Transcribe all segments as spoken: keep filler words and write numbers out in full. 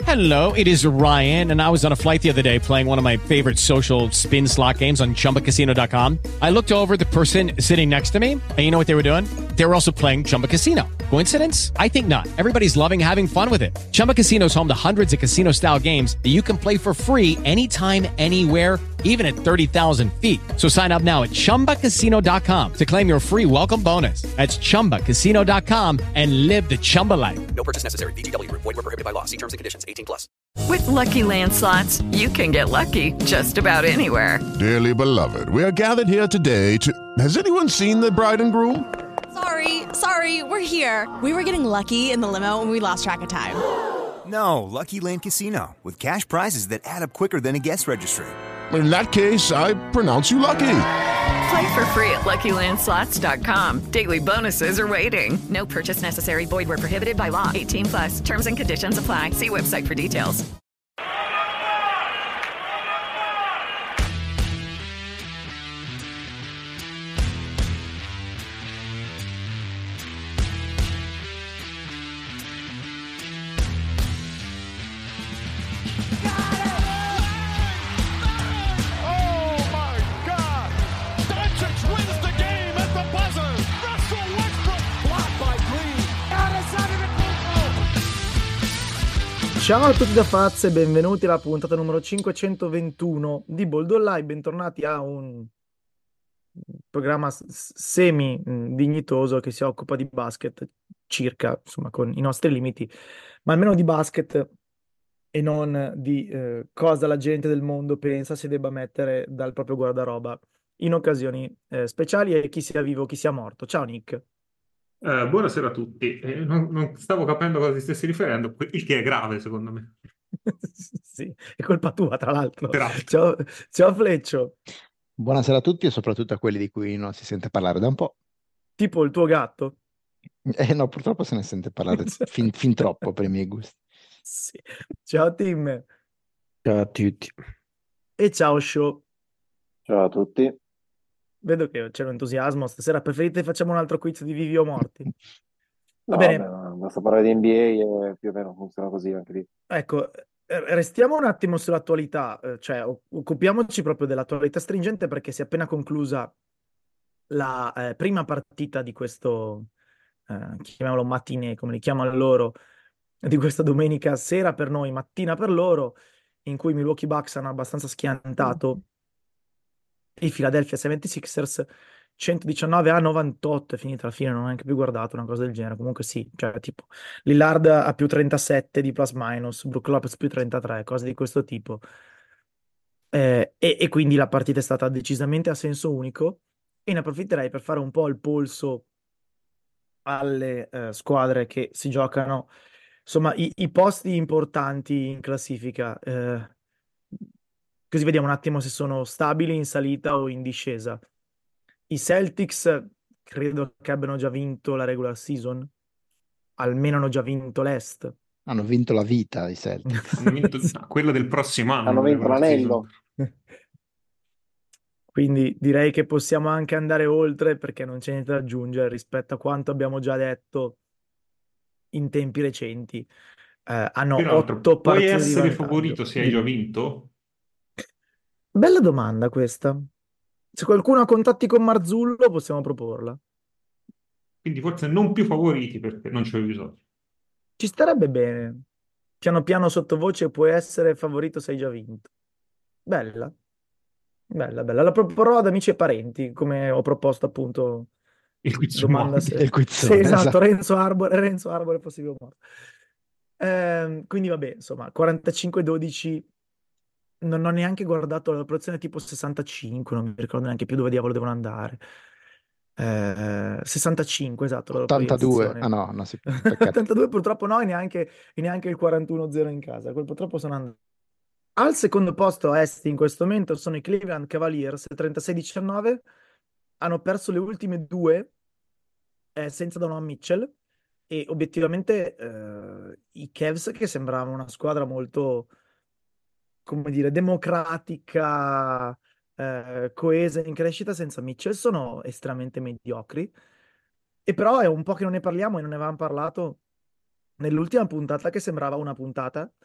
Hello, it is Ryan, and I was on a flight the other day playing one of my favorite social spin slot games on Chumba Casino dot com. I looked over at the person sitting next to me, and you know what they were doing? They were also playing Chumba Casino. Coincidence? I think not. Everybody's loving having fun with it. Chumba Casino is home to hundreds of casino-style games that you can play for free anytime, anywhere, even at thirty thousand feet. So sign up now at Chumba Casino dot com to claim your free welcome bonus. That's Chumba Casino dot com and live the Chumba life. No purchase necessary. V G W. Void where prohibited by law. See terms and conditions. eighteen plus. With Lucky Land Slots, you can get lucky just about anywhere. Dearly beloved, we are gathered here today to... Has anyone seen the bride and groom? Sorry, sorry, we're here. We were getting lucky in the limo and we lost track of time. No, Lucky Land Casino, with cash prizes that add up quicker than a guest registry. In that case, I pronounce you lucky. Play for free at Lucky Land Slots dot com. Daily bonuses are waiting. No purchase necessary. Void where prohibited by law. eighteen plus. Terms and conditions apply. See website for details. Ciao a tutti da Faz e benvenuti alla puntata numero cinquecentoventuno di Bold Online. Bentornati a un programma semi-dignitoso che si occupa di basket, circa, insomma, con i nostri limiti, ma almeno di basket e non di eh, cosa la gente del mondo pensa si debba mettere dal proprio guardaroba in occasioni eh, speciali e chi sia vivo, chi sia morto. Ciao Nick. Eh, buonasera a tutti. Eh, non, non stavo capendo a cosa ti stessi riferendo, il che è grave secondo me. Sì, è colpa tua, tra l'altro. Peraltro. Ciao, ciao Fleccio. Buonasera a tutti e soprattutto a quelli di cui non si sente parlare da un po'. Tipo il tuo gatto. Eh no, purtroppo se ne sente parlare fin, fin troppo per i miei gusti. Sì. Ciao Tim. Ciao a tutti. E ciao Show. Ciao a tutti. Vedo che c'è un entusiasmo. Stasera preferite facciamo un altro quiz di vivi o morti? Va No, bene. vabbè, basta parlare di N B A e più o meno funziona così anche lì. Ecco, eh, restiamo un attimo sull'attualità, eh, cioè o- occupiamoci proprio dell'attualità stringente perché si è appena conclusa la eh, prima partita di questo, eh, chiamiamolo matinée, come li chiamano loro, di questa domenica sera per noi, mattina per loro, in cui i Milwaukee Bucks hanno abbastanza schiantato i Philadelphia settantasei ers centodiciannove a novantotto, è finita alla fine, non ho neanche più guardato una cosa del genere, comunque sì, cioè tipo Lillard a più trentasette di plus minus, Brook Lopez più trentatré, cose di questo tipo. Eh, e, e quindi la partita è stata decisamente a senso unico e ne approfitterei per fare un po' il polso alle eh, squadre che si giocano, insomma, i, i posti importanti in classifica, eh, così vediamo un attimo se sono stabili in salita o in discesa. I Celtics credo che abbiano già vinto la regular season, almeno hanno già vinto l'Est. Hanno vinto la vita i Celtics. Hanno vinto no, quella del prossimo anno. Hanno vinto regular l'anello. season. Quindi direi che possiamo anche andare oltre perché non c'è niente da aggiungere rispetto a quanto abbiamo già detto in tempi recenti. Eh, hanno Peraltro, otto puoi partite di essere vantaggio. favorito se hai già vinto? Bella domanda questa. Se qualcuno ha contatti con Marzullo possiamo proporla. Quindi forse non più favoriti perché non c'è bisogno. Ci starebbe bene. Piano piano sottovoce puoi essere favorito se hai già vinto. Bella. Bella, bella. La proporrò ad amici e parenti, come ho proposto appunto Il quiz domanda morti. se... Il quizzone, Sì, esatto, esatto. Renzo Arbore, Renzo Arbore possibile morto. Ehm, quindi vabbè, insomma, quarantacinque dodici. Non ho neanche guardato la proporzione tipo sessantacinque, non mi ricordo neanche più dove diavolo devono andare. Eh, sessantacinque, esatto, la ottantadue. proiezione. Ah no, no, sì, peccato. ottantadue purtroppo no, e neanche, e neanche il quarantuno zero in casa. Quel purtroppo sono andato. Al secondo posto a est in questo momento sono i Cleveland Cavaliers, trentasei diciannove. Hanno perso le ultime due eh, senza Donovan Mitchell e obiettivamente eh, i Cavs, che sembravano una squadra molto, come dire, democratica, eh, coesa in crescita senza Mitchell, sono estremamente mediocri. E però è un po' che non ne parliamo e non ne avevamo parlato nell'ultima puntata, che sembrava una puntata,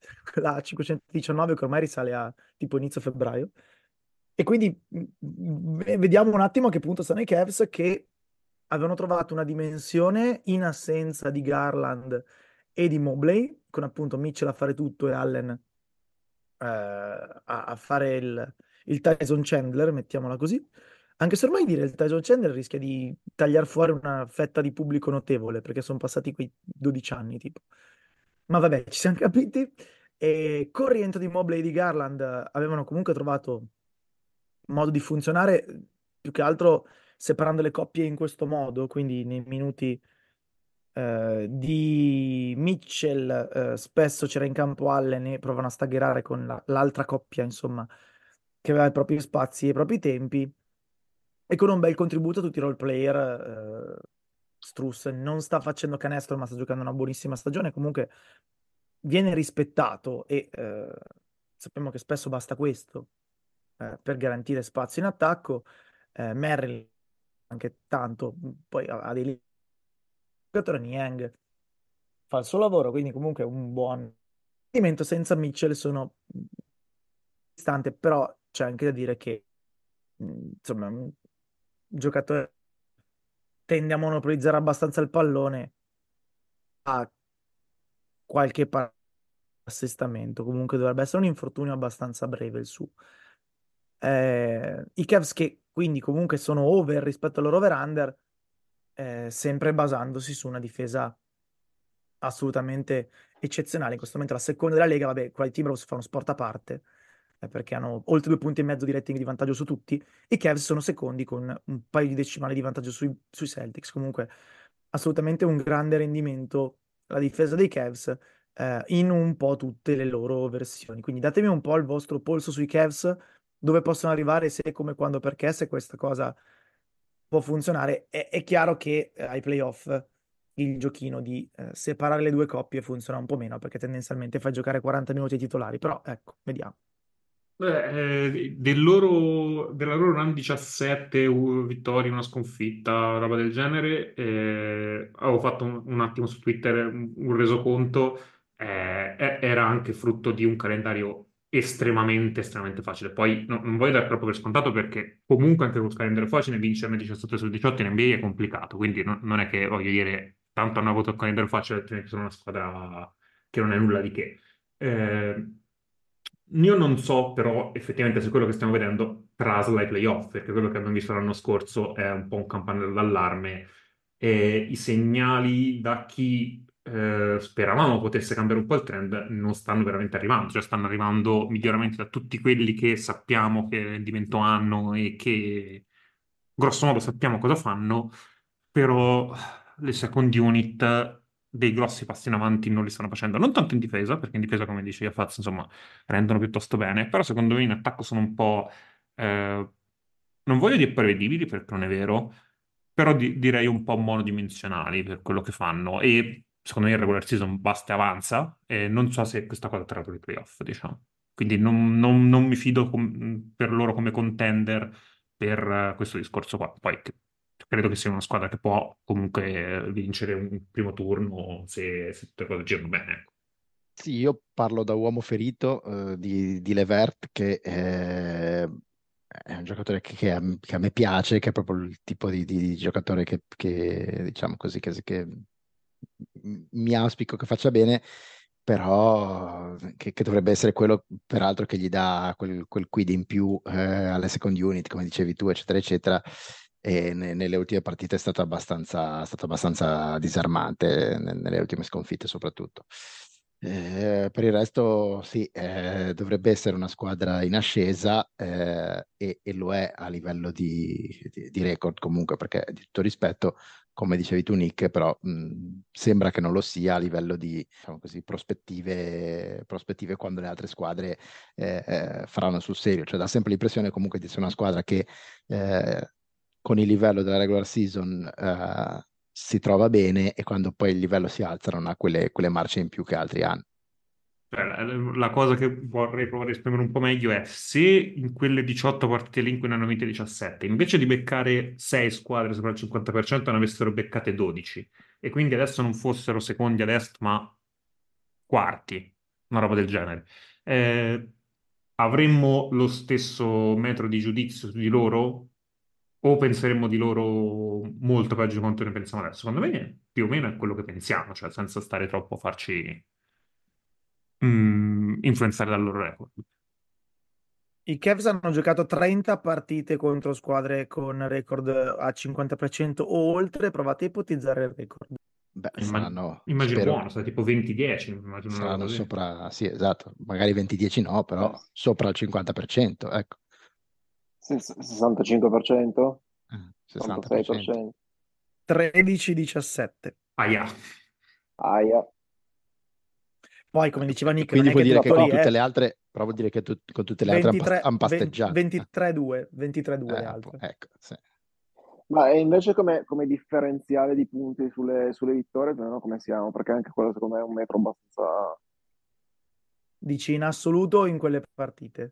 quella cinquecentodiciannove che ormai risale a tipo inizio febbraio. E quindi mh, mh, vediamo un attimo a che punto stanno i Cavs, che avevano trovato una dimensione in assenza di Garland e di Mobley, con appunto Mitchell a fare tutto e Allen eh, a, a fare il, il Tyson Chandler, mettiamola così. Anche se ormai dire il Tyson Chandler rischia di tagliare fuori una fetta di pubblico notevole, perché sono passati quei dodici anni, tipo. Ma vabbè, ci siamo capiti. E con il rientro di Mobley e di Garland eh, avevano comunque trovato modo di funzionare, più che altro separando le coppie in questo modo, quindi nei minuti eh, di Mitchell eh, spesso c'era in campo Allen e provano a staggerare con la- l'altra coppia, insomma, che aveva i propri spazi e i propri tempi, e con un bel contributo a tutti i role player. eh, Strus non sta facendo canestro, ma sta giocando una buonissima stagione, comunque viene rispettato e eh, sappiamo che spesso basta questo eh, per garantire spazio in attacco. Eh, Merrill anche tanto, poi ha, ha dei giocatori. Niang fa il suo lavoro, quindi comunque un buon rendimento. Senza Mitchell sono distante, però c'è anche da dire che mh, insomma un giocatore tende a monopolizzare abbastanza il pallone, ha qualche par- assestamento, comunque dovrebbe essere un infortunio abbastanza breve il suo. Eh, i Cavs che quindi comunque sono over rispetto al loro over-under, eh, sempre basandosi su una difesa assolutamente eccezionale. In questo momento la seconda della Lega, vabbè, qua i Timberwolves fanno sport a parte, eh, perché hanno oltre due punti e mezzo di rating di vantaggio su tutti. I Cavs sono secondi con un paio di decimali di vantaggio sui, sui Celtics. Comunque assolutamente un grande rendimento la difesa dei Cavs eh, in un po' tutte le loro versioni. Quindi datemi un po' il vostro polso sui Cavs, dove possono arrivare, se, come, quando, perché, se questa cosa può funzionare. È, è chiaro che eh, ai playoff il giochino di eh, separare le due coppie funziona un po' meno, perché tendenzialmente fai giocare quaranta minuti ai titolari, però ecco, vediamo. Beh, eh, del loro, della loro run diciassette u- vittorie, una sconfitta, roba del genere, eh, avevo fatto un, un attimo su Twitter un, un resoconto, eh, e- era anche frutto di un calendario estremamente, estremamente facile. Poi no- non voglio dare troppo per scontato perché comunque anche con il calendario facile vincerne diciassette su diciotto in N B A è complicato, quindi no- non è che voglio dire tanto hanno avuto il calendario facile, altrimenti sono una squadra che non è nulla di che. Eh, io non so però effettivamente se quello che stiamo vedendo trasla ai playoff, perché quello che abbiamo visto l'anno scorso è un po' un campanello d'allarme e i segnali da chi eh, speravamo potesse cambiare un po' il trend non stanno veramente arrivando, cioè stanno arrivando miglioramenti da tutti quelli che sappiamo che rendimento hanno e che grosso modo sappiamo cosa fanno, però le second unit dei grossi passi in avanti non li stanno facendo, non tanto in difesa, perché in difesa, come diceva Faz, insomma, rendono piuttosto bene, però secondo me in attacco sono un po', eh, non voglio dire prevedibili perché non è vero, però di- direi un po' monodimensionali per quello che fanno e secondo me il regular season basta e avanza e non so se questa cosa trarrà i playoff, diciamo. Quindi non, non- non mi fido com- per loro come contender per eh, questo discorso qua. Poi che- credo che sia una squadra che può comunque vincere un primo turno se, se tutte le cose girano bene, ecco. Sì, io parlo da uomo ferito eh, di, di Levert, che eh, è un giocatore che, che a, che a me piace, che è proprio il tipo di, di giocatore che, che, diciamo così, che, che mi auspico che faccia bene, però che, che dovrebbe essere quello, peraltro, che gli dà quel, quel quid in più eh, alle second unit, come dicevi tu, eccetera, eccetera. E ne- nelle ultime partite è stato abbastanza, è stato abbastanza disarmante, ne- nelle ultime sconfitte soprattutto. Eh, per il resto, sì, eh, dovrebbe essere una squadra in ascesa eh, e, e lo è a livello di, di- di record comunque, perché di tutto rispetto, come dicevi tu, Nick, però mh, sembra che non lo sia a livello di, diciamo così, prospettive, prospettive quando le altre squadre eh, eh, faranno sul serio. Cioè, dà sempre l'impressione comunque di essere una squadra che eh, con il livello della regular season eh, si trova bene e quando poi il livello si alza non ha quelle, quelle marce in più che altri hanno. Cioè, la, la cosa che vorrei provare a esprimere un po' meglio è se in quelle diciotto partite lì in cui ne hanno vinte diciassette, invece di beccare sei squadre sopra il cinquanta per cento, ne avessero beccate dodici e quindi adesso non fossero secondi ad est ma quarti, una roba del genere. Eh, avremmo lo stesso metro di giudizio su di loro o penseremmo di loro molto peggio di quanto ne pensiamo adesso? Secondo me più o meno è quello che pensiamo, cioè senza stare troppo a farci mm, influenzare dal loro record. I Cavs hanno giocato trenta partite contro squadre con record a cinquanta per cento o oltre. Provate a ipotizzare il record. Beh, Imma- saranno, immagino spero, buono, sai, tipo venti dieci, immagino una roba saranno così. sopra, sì, esatto, magari venti dieci no, però sopra il cinquanta per cento, ecco, Ses- sessantacinque per cento? eh, sessanta per cento. sessantasei per cento? tredici diciassette. Aia. Aia. Poi, come diceva E Nick, non quindi è vuol che dire che tutto con lì tutte è le altre, però vuol dire che tu- con tutte le altre hanno ventitré, han pasteggiato. Eh, ventitré due, ventitré due eh, le appunto, altre. ecco, sì. Ma e invece come, come differenziale di punti sulle, sulle vittorie, più o meno come siamo? Perché anche quello secondo me è un metro abbastanza... Dici in assoluto o in quelle partite?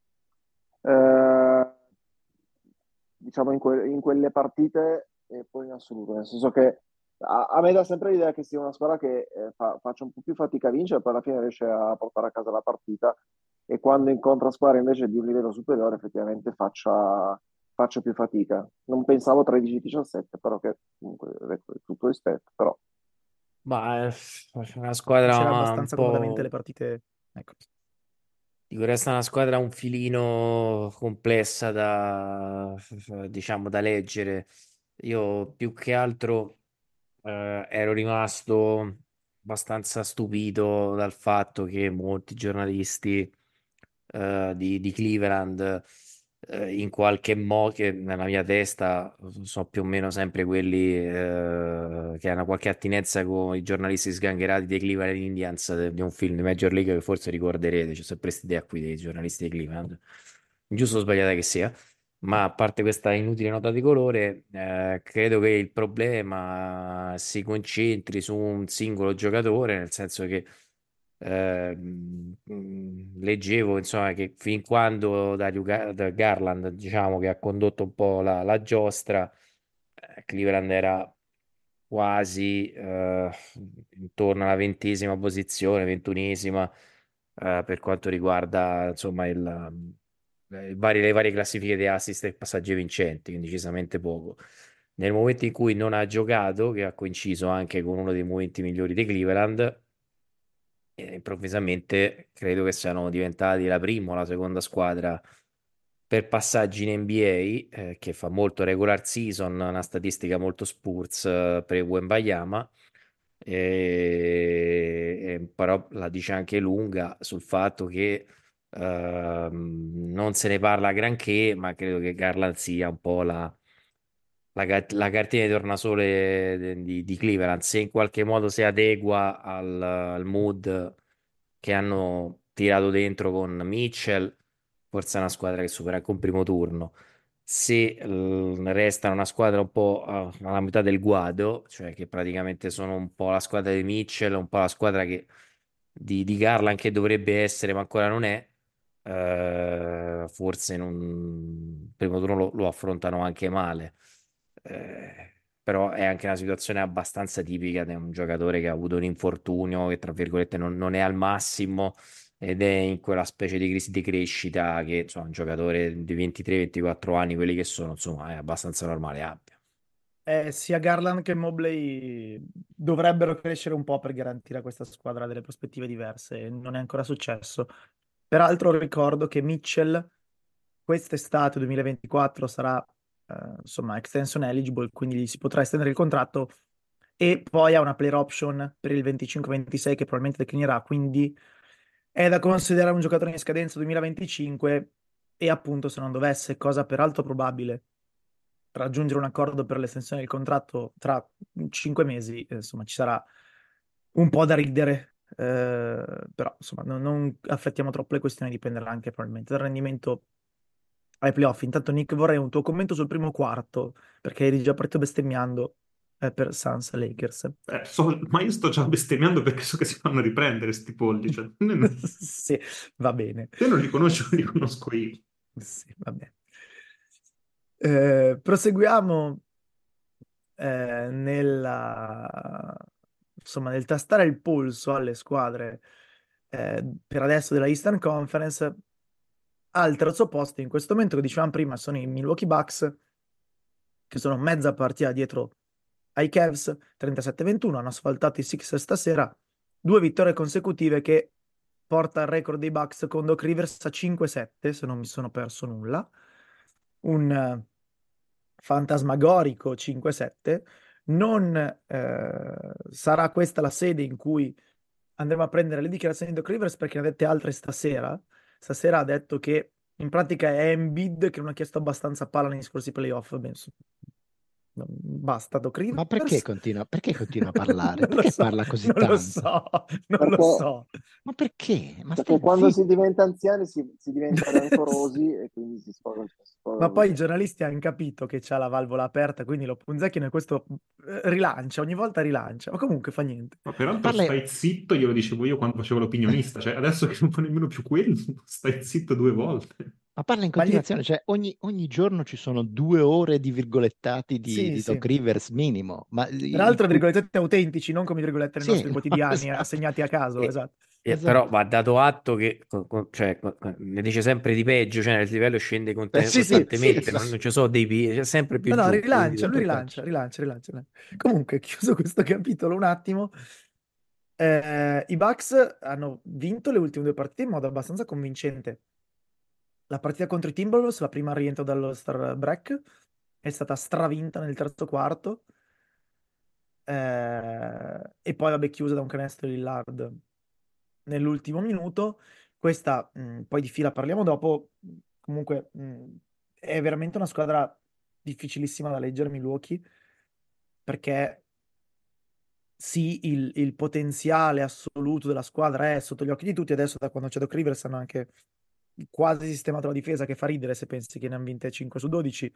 eh, diciamo in, que- in quelle partite e poi in assoluto, nel senso che a, a me dà sempre l'idea che sia una squadra che eh, fa- faccia un po' più fatica a vincere, poi alla fine riesce a portare a casa la partita e quando incontra squadre invece di un livello superiore effettivamente faccia, faccia più fatica. Non pensavo tredici diciassette, però che comunque ecco, tutto rispetto, però Ma è una Vincere squadra un abbastanza comodamente le po'. partite. Ecco. Dico, resta una squadra un filino complessa da, diciamo, da leggere. Io più che altro eh, ero rimasto abbastanza stupito dal fatto che molti giornalisti eh, di, di Cleveland eh, in qualche modo, che nella mia testa sono più o meno sempre quelli eh, che hanno qualche attinenza con i giornalisti sgangherati dei Cleveland Indians de- di un film di Major League che forse ricorderete, c'è sempre questa idea qui dei giornalisti di Cleveland, giusto o sbagliata che sia. Ma a parte questa inutile nota di colore, eh, credo che il problema si concentri su un singolo giocatore, nel senso che eh, mh, leggevo insomma che fin quando Dario Ga- da Garland, diciamo che ha condotto un po' la, la giostra, eh, Cleveland era quasi eh, intorno alla ventesima posizione, ventunesima eh, per quanto riguarda insomma il, eh, i vari- le varie classifiche di assist e passaggi vincenti, quindi decisamente poco. Nel momento in cui non ha giocato, che ha coinciso anche con uno dei momenti migliori di Cleveland, e improvvisamente credo che siano diventati la prima o la seconda squadra per passaggi in N B A, eh, che fa molto regular season, una statistica molto Spurs eh, per Wembanyama, e, e però la dice anche lunga sul fatto che ehm, non se ne parla granché, ma credo che Garland sia un po' la, la, ca- la cartina di tornasole de- di, di Cleveland, se in qualche modo si adegua al, al mood che hanno tirato dentro con Mitchell, forse è una squadra che supera anche un primo turno. Se eh, resta una squadra un po' eh, alla metà del guado, cioè che praticamente sono un po' la squadra di Mitchell, un po' la squadra che, di, di Garland che dovrebbe essere, ma ancora non è, eh, forse in un primo turno lo, lo affrontano anche male. Eh, però è anche una situazione abbastanza tipica di un giocatore che ha avuto un infortunio che, tra virgolette, non, non è al massimo ed è in quella specie di crisi di crescita che, insomma, un giocatore di ventitré ventiquattro anni, quelli che sono, insomma, è abbastanza normale abbia. Eh, sia Garland che Mobley dovrebbero crescere un po' per garantire a questa squadra delle prospettive diverse. Non è ancora successo. Peraltro ricordo che Mitchell quest'estate duemilaventiquattro sarà eh, insomma extension eligible, quindi gli si potrà estendere il contratto e poi ha una player option per il venticinque ventisei che probabilmente declinerà, quindi è da considerare un giocatore in scadenza duemilaventicinque e appunto se non dovesse, cosa peraltro probabile, raggiungere un accordo per l'estensione del contratto tra cinque mesi, eh, insomma ci sarà un po' da ridere, eh, però insomma non, non affrettiamo troppo le questioni, dipenderà anche probabilmente dal rendimento ai playoff. Intanto Nick vorrei un tuo commento sul primo quarto, perché eri già partito bestemmiando eh, per Suns Lakers. Eh, so- ma io sto già bestemmiando perché so che si fanno riprendere sti polli. Cioè, te non Sì, va bene. te non li conosci, non li conosco io. Sì, va bene. Eh, proseguiamo eh, nella, insomma, nel tastare il polso alle squadre eh, per adesso della Eastern Conference. Al terzo posto in questo momento, che dicevamo prima, sono i Milwaukee Bucks, che sono mezza partita dietro ai Cavs, trentasette ventuno, hanno asfaltato i Sixers stasera, due vittorie consecutive che porta il record dei Bucks con Doc Rivers a cinque sette, se non mi sono perso nulla, un uh, fantasmagorico cinque sette. Non eh, sarà questa la sede in cui andremo a prendere le dichiarazioni di Doc Rivers, perché ne ha dette altre stasera. Stasera ha detto che in pratica è Embiid che non ha chiesto abbastanza palla negli scorsi playoff. Ben, basta Doc Rivers. Ma perché continua, perché continua a parlare? Non lo Perché so, parla così non lo tanto? so, non Perché, lo so. Ma perché? Ma perché stai quando zitto. si diventa anziani si, si diventa rancorosi e quindi si sfoga, si sfoga Ma poi i così. giornalisti hanno capito che c'ha la valvola aperta, quindi lo punzecchiano e questo eh, rilancia, ogni volta rilancia. Ma comunque fa niente. Ma peraltro Parla, stai zitto, glielo dicevo io quando facevo l'opinionista, cioè adesso che non fa nemmeno più quello, stai zitto due volte. ma parla in Ma gli... continuazione, cioè ogni, ogni giorno ci sono due ore di virgolettati di, Sì, di sì. Doc Rivers minimo. Ma Tra in l'altro, cui... virgoletti autentici, non come virgolette nei Sì, nostri no, quotidiani, esatto. assegnati a caso, E- esatto. e Esatto. però va dato atto che co- co- cioè, co- co- ne dice sempre di peggio, cioè il livello scende Eh, conte- sì, sì, sì, costantemente, non, esatto. non ci sono dei pi- c'è sempre più No, no, giù. Quindi rilancia, lui vabbè. rilancia, rilancia, rilancia. rilancia. Comunque, chiuso questo capitolo un attimo, eh, i Bucks hanno vinto le ultime due partite in modo abbastanza convincente. La partita contro i Timberwolves, la prima al rientro dall'All-Star break, è stata stravinta nel terzo quarto. Eh, e poi, vabbè, chiusa da un canestro di Lillard nell'ultimo minuto. Questa, mh, poi di fila parliamo dopo. Comunque, mh, è veramente una squadra difficilissima da leggere, Milwaukee, perché sì, il, il potenziale assoluto della squadra è sotto gli occhi di tutti. Adesso, da quando c'è Doc Rivers, hanno anche quasi sistemato la difesa, che fa ridere se pensi che ne hanno vinte cinque su dodici.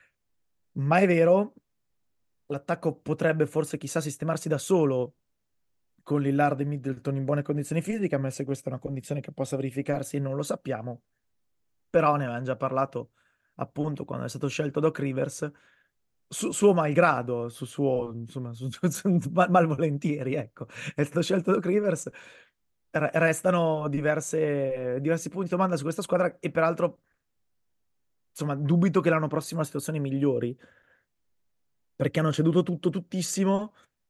Ma è vero, l'attacco potrebbe forse, chissà, sistemarsi da solo con Lillard e Middleton in buone condizioni fisiche, ammesso che questa è una condizione che possa verificarsi, non lo sappiamo. Però ne avevamo già parlato appunto quando è stato scelto Doc Rivers, su suo malgrado, su suo, insomma, su, su- su- mal- malvolentieri, ecco. È stato scelto Doc Rivers, re- restano diverse, diversi punti di domanda su questa squadra e peraltro, insomma, dubito che l'anno prossimo la situazione migliori, perché hanno ceduto tutto, tuttissimo.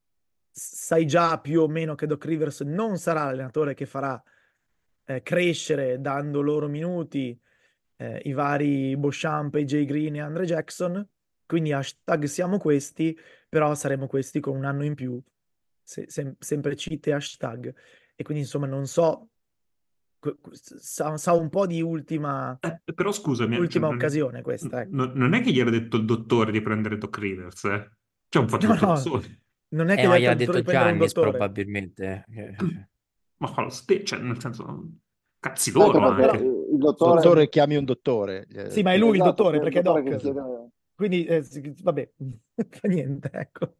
Sai già più o meno che Doc Rivers non sarà l'allenatore che farà eh, crescere, dando loro minuti, eh, i vari Beauchamp, A J Green e Andre Jackson. Quindi hashtag siamo questi, però saremo questi con un anno in più. Se- sem- sempre cheat e hashtag. E quindi insomma non so, que- que- sa, sa un po' di ultima, Eh, però scusami, cioè, ultima non, occasione questa, ecco. non- non è che gli era detto il dottore di prendere Doc Rivers, eh? Cioè, un fatto No, tutto da no, soli. non è Eh, che gli ma ha detto gliel'ha al dottore detto di prendere un Giannis dottore. probabilmente. eh. Ma fa lo stesso, cioè, nel senso, cazzi Anche loro perché Però, anche. il il scusami, dottore, Dottore, chiami un dottore. sì, eh, ma è che- lui il esatto, dottore, che il perché è dottore che Doc. chiede... Quindi, eh, sì, vabbè, fa niente, ecco.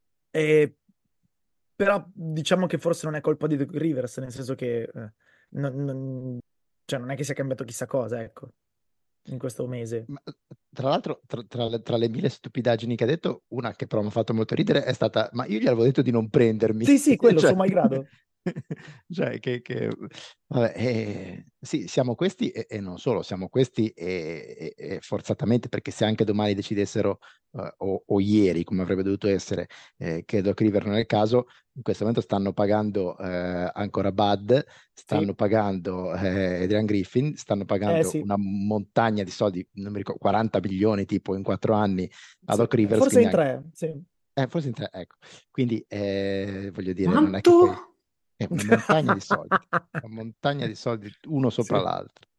E, però diciamo che forse non è colpa di Doc Rivers, nel senso che eh, non, non- cioè, non è che sia cambiato chissà cosa, ecco, in questo mese. Ma, tra l'altro, tra, tra le, tra le mille stupidaggini che ha detto, una che però mi ha fatto molto ridere è stata: ma io gli avevo detto di non prendermi. Sì, sì, quello, Cioè, suo malgrado. cioè che, che- vabbè, eh, sì, siamo questi e, e non solo, siamo questi e, e- e forzatamente, perché se anche domani decidessero, eh, o, o ieri, come avrebbe dovuto essere, eh, che Doc Rivers non è il caso, in questo momento stanno pagando eh, ancora Bud, stanno Sì, pagando eh, Adrian Griffin, stanno eh pagando sì, una montagna di soldi, non mi ricordo, quaranta milioni tipo in quattro anni a sì. Doc Rivers, Forse quindi in anche, tre, sì. eh, forse in tre, ecco. Quindi eh, voglio dire, non è che poi Quanto? è una montagna di soldi, una montagna di soldi uno sopra Sì. l'altro.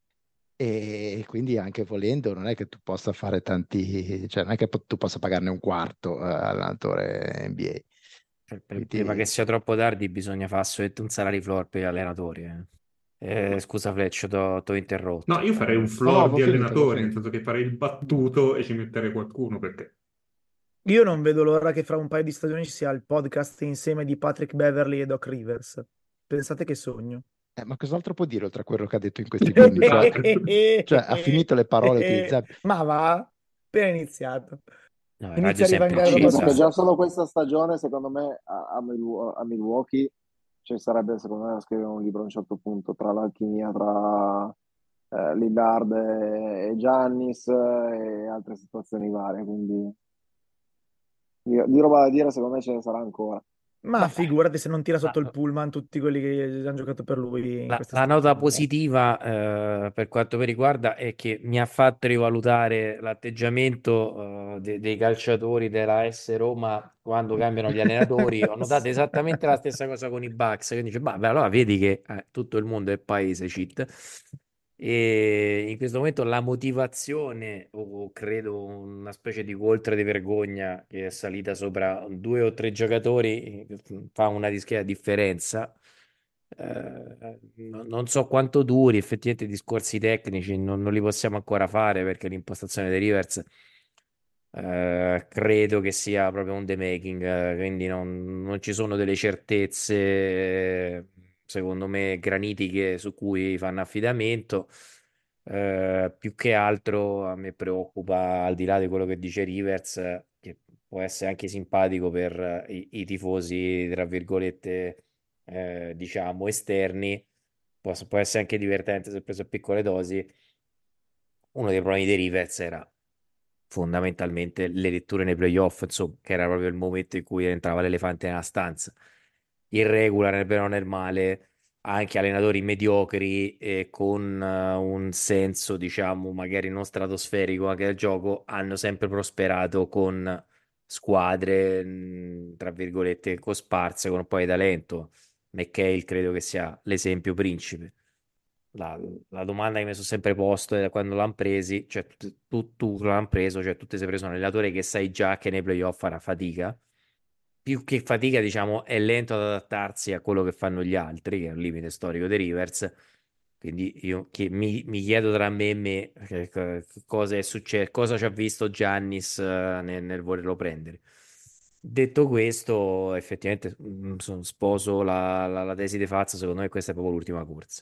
E quindi anche volendo non è che tu possa fare tanti, cioè non è che po- tu possa pagarne un quarto eh, all'allenatore N B A. Per- per- prima che Quindi, sia troppo tardi bisogna fare assolutamente un salary floor per gli allenatori. eh. Eh, scusa Fleccio, ti ho No, interrotto. io farei un no, no, floor avevo di finito, avevo allenatori, nel finito. senso che farei il battuto e ci metterei qualcuno, perché Io non vedo l'ora che fra un paio di stagioni ci sia il podcast insieme di Patrick Beverly e Doc Rivers. Pensate che sogno. Eh, ma cos'altro può dire oltre a quello che ha detto in questi giorni? Cioè, cioè, ha finito le parole utilizzabili. Ma va, appena iniziato. No, Inizia Radio a sempre rivangare Anche roba perché sul accesa. già serio. solo questa stagione, secondo me, a, a Milw- a Milwaukee ci sarebbe secondo me da scrivere un libro a un certo punto tra l'alchimia tra eh, Lillard e, e Giannis e altre situazioni varie, quindi di, di roba da dire secondo me ce ne sarà ancora. Ma Ma figurati se non tira la, sotto il pullman tutti quelli che hanno giocato per lui in la- questa la nota stagione. positiva, eh, per quanto mi riguarda, è che mi ha fatto rivalutare l'atteggiamento, eh, de- dei calciatori della S Roma quando cambiano gli allenatori. Ho notato esattamente la stessa cosa con i Bucks, che dice, "Bah, beh, allora vedi che eh, tutto il mondo è paese cheat." E in questo momento la motivazione, o credo una specie di coltre di vergogna che è salita sopra due o tre giocatori, eh, fa una discreta differenza. Eh, no- non so quanto duri, effettivamente i discorsi tecnici non, non li possiamo ancora fare perché l'impostazione dei Rivers, eh, credo che sia proprio un the making, eh, quindi non, non ci sono delle certezze, eh, secondo me, granitiche su cui fanno affidamento. Eh, più che altro a me preoccupa, al di là di quello che dice Rivers, eh, che può essere anche simpatico per eh, i, i tifosi, tra virgolette, eh, diciamo, esterni, può, può essere anche divertente se preso a piccole dosi. Uno dei problemi dei Rivers era fondamentalmente le letture nei playoff, insomma, che era proprio il momento in cui entrava l'elefante nella stanza. Il regular, nel bene o nel male, anche allenatori mediocri e con eh, un senso, diciamo, magari non stratosferico anche del gioco, hanno sempre prosperato con squadre, mh, tra virgolette, cosparse, con un po' di talento. McHale credo che sia l'esempio principe. La, la domanda che mi sono sempre posto è quando l'hanno presi, cioè tu, tu, tu l'hanno preso, cioè tu ti sei preso un allenatore che sai già che nei playoff farà fatica, più che fatica, diciamo, è lento ad adattarsi a quello che fanno gli altri, che è un limite storico dei Rivers. Quindi io che mi, mi chiedo tra me e me che- che- cosa è successo, cosa ci ha visto Giannis, eh, nel, nel volerlo prendere. Detto questo, effettivamente, mm, sono- sposo la, la, la tesi di Fazio, secondo me questa è proprio l'ultima corsa.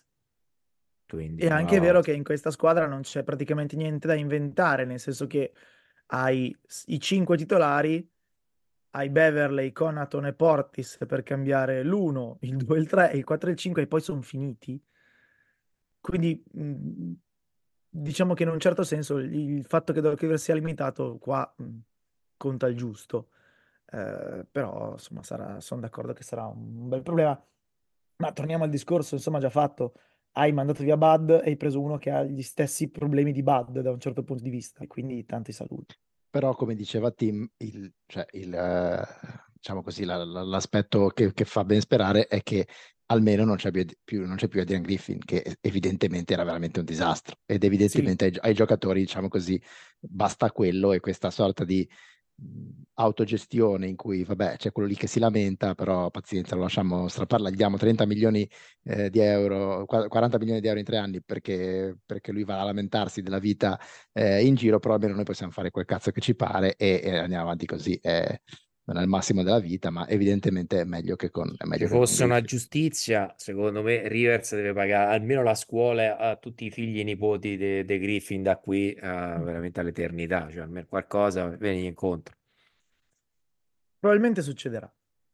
È Quindi va anche vero che avanti. in questa squadra non c'è praticamente niente da inventare, nel senso che hai s- i cinque titolari, hai Beverley, Connaughton e Portis per cambiare l'uno, il due, il tre, il quattro e il cinque e poi sono finiti. Quindi mh, diciamo che in un certo senso il, il fatto che Doc sia limitato qua mh, conta il giusto. Eh, però insomma sarà, sono d'accordo che sarà un bel problema. Ma torniamo al discorso, insomma, già fatto. Hai mandato via Bud e hai preso uno che ha gli stessi problemi di Bud da un certo punto di vista, e quindi tanti saluti. Però, come diceva Tim, il, cioè, il, eh, diciamo così, la- la- l'aspetto che, che fa ben sperare è che almeno non c'è più, più- non c'è più Adrian Griffin, che evidentemente era veramente un disastro. Ed Sì, evidentemente ai, ai giocatori, diciamo così, basta quello e questa sorta di mh, autogestione in cui, vabbè, c'è quello lì che si lamenta, però pazienza, lo lasciamo strapparla, gli diamo trenta milioni eh, di euro, qua- quaranta milioni di euro in tre anni perché, perché lui va a lamentarsi della vita eh, in giro, però almeno noi possiamo fare quel cazzo che ci pare e, e andiamo avanti così. Eh, non è il massimo della vita, ma evidentemente è meglio che con, è meglio Ci che con fosse una Griffith. giustizia, secondo me Rivers deve pagare almeno la scuola a tutti i figli e i nipoti dei de Griffin da qui a veramente all'eternità, cioè almeno qualcosa vieni incontro. probabilmente succederà.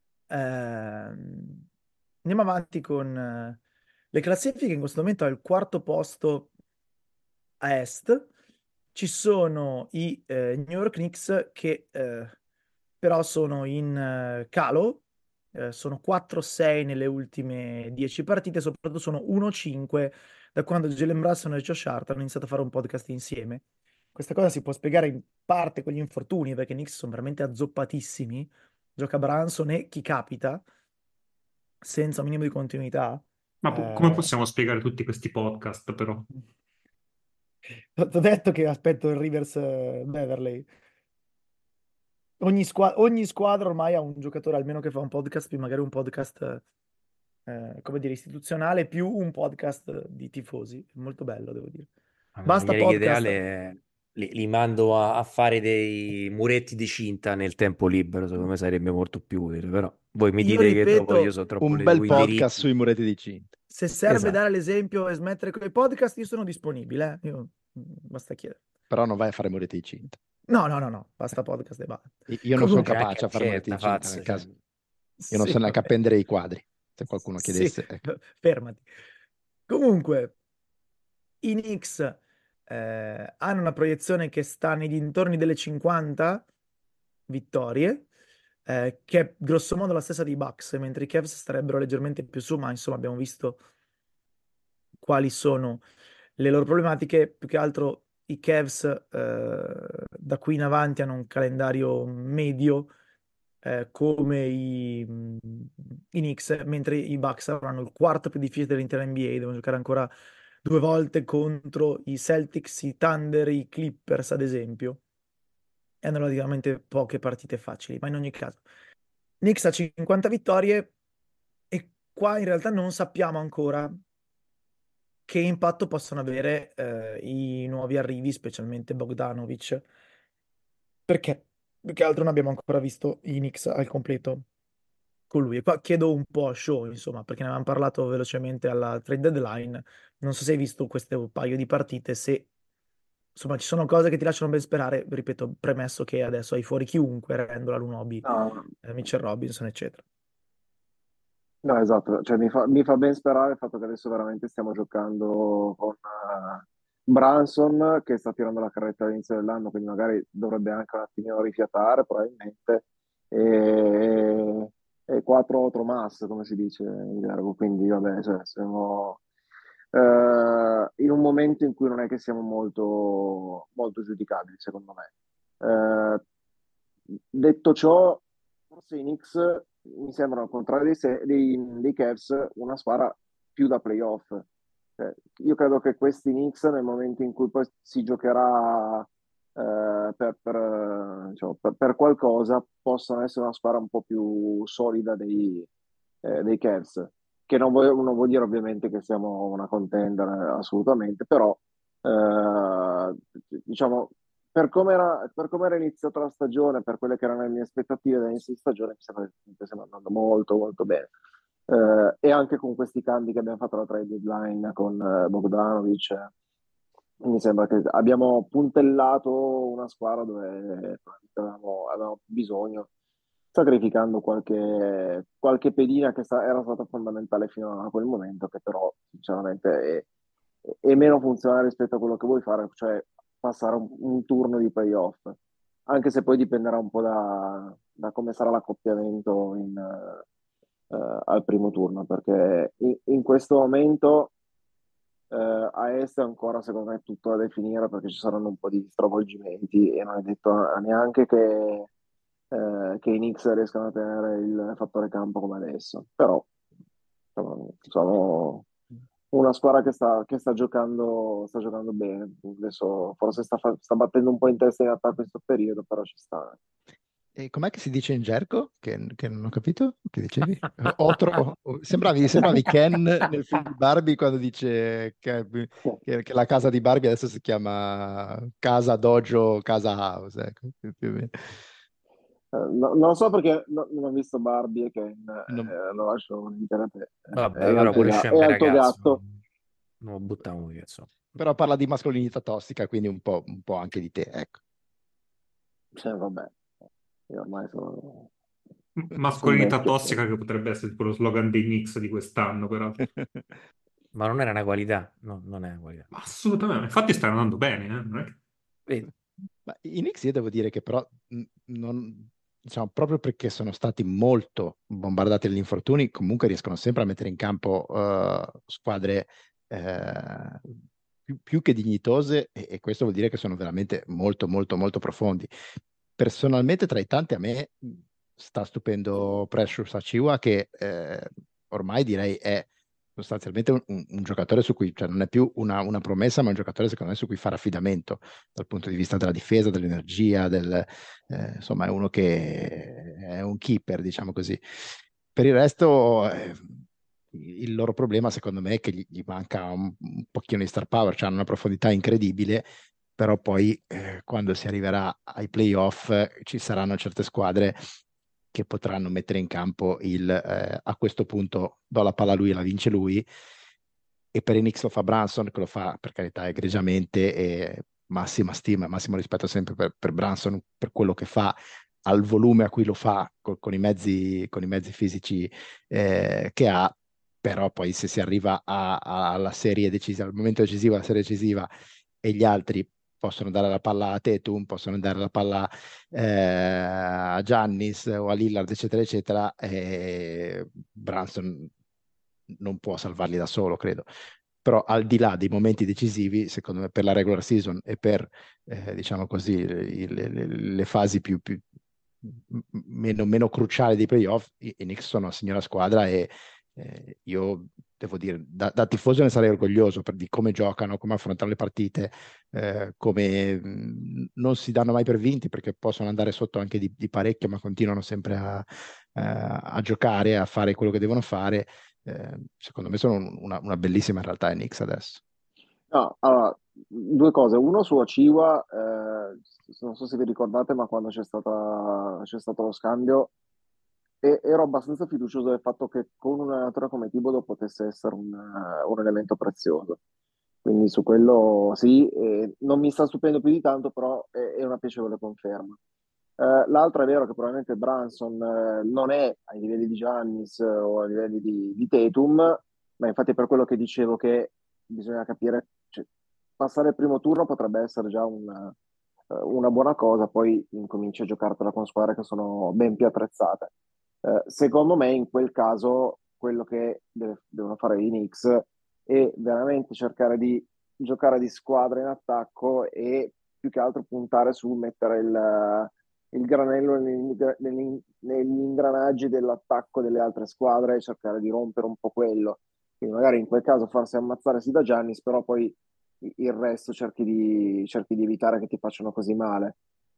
Ehm, Andiamo avanti con eh, le classifiche. In questo momento al quarto posto a est ci sono i eh, New York Knicks che eh, però sono in eh, calo, eh, sono quattro sei nelle ultime dieci partite, soprattutto sono uno cinque da quando Jalen Brunson e Josh Hart hanno iniziato a fare un podcast insieme. Questa cosa si può spiegare in parte con gli infortuni, perché i Knicks sono veramente azzoppatissimi. Gioca Brunson e chi capita, senza un minimo di continuità. Ma po- come Eh, possiamo spiegare tutti questi podcast, però? Ti ho detto che aspetto il Rivers eh, Beverley. Ogni, squa- ogni squadra ormai ha un giocatore almeno che fa un podcast, più magari un podcast, eh, come dire, istituzionale, più un podcast di tifosi. È molto bello, devo dire. La Basta mia riga ideale podcast. è li, li mando a, a fare dei muretti di cinta nel tempo libero, secondo me sarebbe molto più utile, però voi mi Io dite che troppo, io ripeto, so troppo Un le, bel coi podcast diritti. sui muretti di cinta. se serve Esatto. dare l'esempio e smettere con i podcast, io sono disponibile. eh. Io, mm, basta chiedere. Però non vai a fare muretti di cinta. No, no, no, no, basta podcast e basta. Io non sono Comunque, C'è anche capace a una fare muretti certa di cinta, fazza, nel cioè. caso. Io non sì, so neanche vabbè. appendere i quadri. se qualcuno Sì, chiedesse. Ecco. fermati. Comunque, i Knicks eh, hanno una proiezione che sta nei dintorni delle cinquanta vittorie, eh, che è grosso modo la stessa dei Bucks, mentre i Cavs starebbero leggermente più su, ma insomma abbiamo visto quali sono le loro problematiche. Più che altro i Cavs eh, da qui in avanti hanno un calendario medio eh, come i, i Knicks, mentre i Bucks avranno il quarto più difficile dell'intera N B A, devono giocare ancora due volte contro i Celtics, i Thunder, i Clippers ad esempio, e hanno relativamente poche partite facili, ma in ogni caso Knicks ha cinquanta vittorie e qua in realtà non sappiamo ancora che impatto possono avere eh, i nuovi arrivi, specialmente Bogdanovic, perché più che altro non abbiamo ancora visto i Knicks al completo con lui. E qua chiedo un po' a Show, insomma, perché ne avevamo parlato velocemente alla trade deadline. Non so se hai visto questo paio di partite, se insomma ci sono cose che ti lasciano ben sperare, ripeto, premesso che adesso hai fuori chiunque, Randall, Anunoby, No, eh, Mitchell Robinson, eccetera. no, esatto, cioè, mi fa, mi fa ben sperare il fatto che adesso veramente stiamo giocando con eh, Brunson che sta tirando la carretta all'inizio dell'anno, quindi magari dovrebbe anche un attimino rifiatare probabilmente, e, e quattro Tromas, come si dice in gergo, quindi vabbè, cioè, siamo eh, in un momento in cui non è che siamo molto, molto giudicabili, secondo me. Eh, detto ciò, forse i Knicks mi sembrano, al contrario dei, se- dei, dei Cavs, una squadra più da playoff. Cioè, io credo che questi Knicks, nel momento in cui poi si giocherà eh, per, per, eh, diciamo, per- per qualcosa, possano essere una squadra un po' più solida dei, eh, dei Cavs. Che non vuol, non vuol dire ovviamente che siamo una contender eh, assolutamente, però eh, diciamo per come era, per come era iniziata la stagione, per quelle che erano le mie aspettative dall'inizio di stagione, mi sembra che stiamo andando molto, molto bene. Eh, e anche con questi cambi che abbiamo fatto alla trade deadline con eh, Bogdanovic, eh, mi sembra che abbiamo puntellato una squadra dove probabilmente avevamo, avevamo bisogno, sacrificando qualche, qualche pedina che sta- era stata fondamentale fino a quel momento, che però sinceramente è, è meno funzionale rispetto a quello che vuoi fare, cioè passare un, un turno di playoff, anche se poi dipenderà un po' da, da come sarà l'accoppiamento in, eh, al primo turno, perché in, in questo momento eh, a est è ancora secondo me tutto da definire, perché ci saranno un po' di stravolgimenti e non è detto neanche che, eh, che i Knicks riescano a tenere il fattore campo come adesso, però insomma, sono una squadra che sta, che sta giocando, sta giocando bene. Adesso forse sta, fa- sta battendo un po' in testa in realtà in questo periodo, però ci sta. E com'è che si dice in gergo? Che, che non ho capito? Che dicevi? Otro? Sembravi, sembravi Ken nel film di Barbie quando dice che, che- che la casa di Barbie adesso si chiama casa dojo, casa house. Ecco, più o meno. Eh, no- non lo so perché no- non ho visto Barbie e Ken, Non- eh, lo lascio in te. Vabbè, È però al tuo, pure ga- c'è è un bel al tuo ragazzo. gatto. Non lo buttiamo via, insomma. Però parla di mascolinità tossica, quindi un po', un po' anche di te, ecco. Cioè, vabbè, io ormai sono, sono Mascolinità vecchio. tossica che potrebbe essere tipo lo slogan dei Knicks di quest'anno, peraltro. Ma non era una qualità, no, non è una qualità. Assolutamente, infatti sta andando bene, eh, non è che- Vedi? Ma i Knicks io devo dire che però mh, non, diciamo, proprio perché sono stati molto bombardati dagli infortuni, comunque riescono sempre a mettere in campo eh, squadre eh, più, più che dignitose e, e questo vuol dire che sono veramente molto, molto, molto profondi. Personalmente, tra i tanti, a me mh, sta stupendo Precious Achiuwa, che eh, ormai direi è sostanzialmente un, un- un giocatore su cui, cioè non è più una, una promessa, ma un giocatore secondo me su cui fare affidamento dal punto di vista della difesa, dell'energia, del, eh, insomma è uno che è un keeper, diciamo così. Per il resto, eh, il loro problema secondo me è che gli, gli manca un, un pochino di star power, cioè hanno una profondità incredibile, però poi eh, quando si arriverà ai playoff eh, ci saranno certe squadre che potranno mettere in campo il eh, a questo punto do la palla a lui e la vince lui, e per i Knicks lo fa Brunson, che lo fa per carità egregiamente, e massima stima, massimo rispetto sempre per, per Brunson, per quello che fa, al volume a cui lo fa, co- con i mezzi, con i mezzi fisici eh, che ha, però poi se si arriva a- a- alla serie decisiva, al momento decisivo, alla serie decisiva, e gli altri possono dare la palla a Tatum, possono dare la palla eh, a Giannis o a Lillard, eccetera, eccetera, e Brunson non può salvarli da solo, credo. Però al di là dei momenti decisivi, secondo me, per la regular season e per, eh, diciamo così, le, le- le fasi più, più- m- meno, meno cruciali dei playoff, i, i Knicks sono una signora squadra e eh, io devo dire, da, da tifoso ne sarei orgoglioso per di come giocano, come affrontano le partite, eh, come mh, non si danno mai per vinti perché possono andare sotto anche di, di parecchio, ma continuano sempre a, a- a giocare, a fare quello che devono fare. Eh, secondo me sono un- una, una bellissima realtà i Knicks adesso. No, allora, due cose. Uno su Aciwa, eh, non so se vi ricordate, ma quando c'è stata, c'è stato lo scambio, e- ero abbastanza fiducioso del fatto che con un allenatore come Thibodeau potesse essere un, eh, un elemento prezioso. Quindi su quello sì, e non mi sta stupendo più di tanto, però è, è una piacevole conferma. Eh, l'altro è vero che probabilmente Branson eh, non è ai livelli di Giannis eh, o ai livelli di, di Tatum, ma infatti è per quello che dicevo che bisogna capire, cioè, passare il primo turno potrebbe essere già una, eh, una buona cosa, poi incominci a giocartela con squadre che sono ben più attrezzate. Eh, secondo me in quel caso quello che deve- devono fare i Knicks è veramente cercare di giocare di squadra in attacco e più che altro puntare su mettere il, il granello negli, negli- negli ingranaggi dell'attacco delle altre squadre e cercare di rompere un po' quello. Quindi magari in quel caso farsi ammazzare sì da Giannis, però poi il resto cerchi di, cerchi di evitare che ti facciano così male.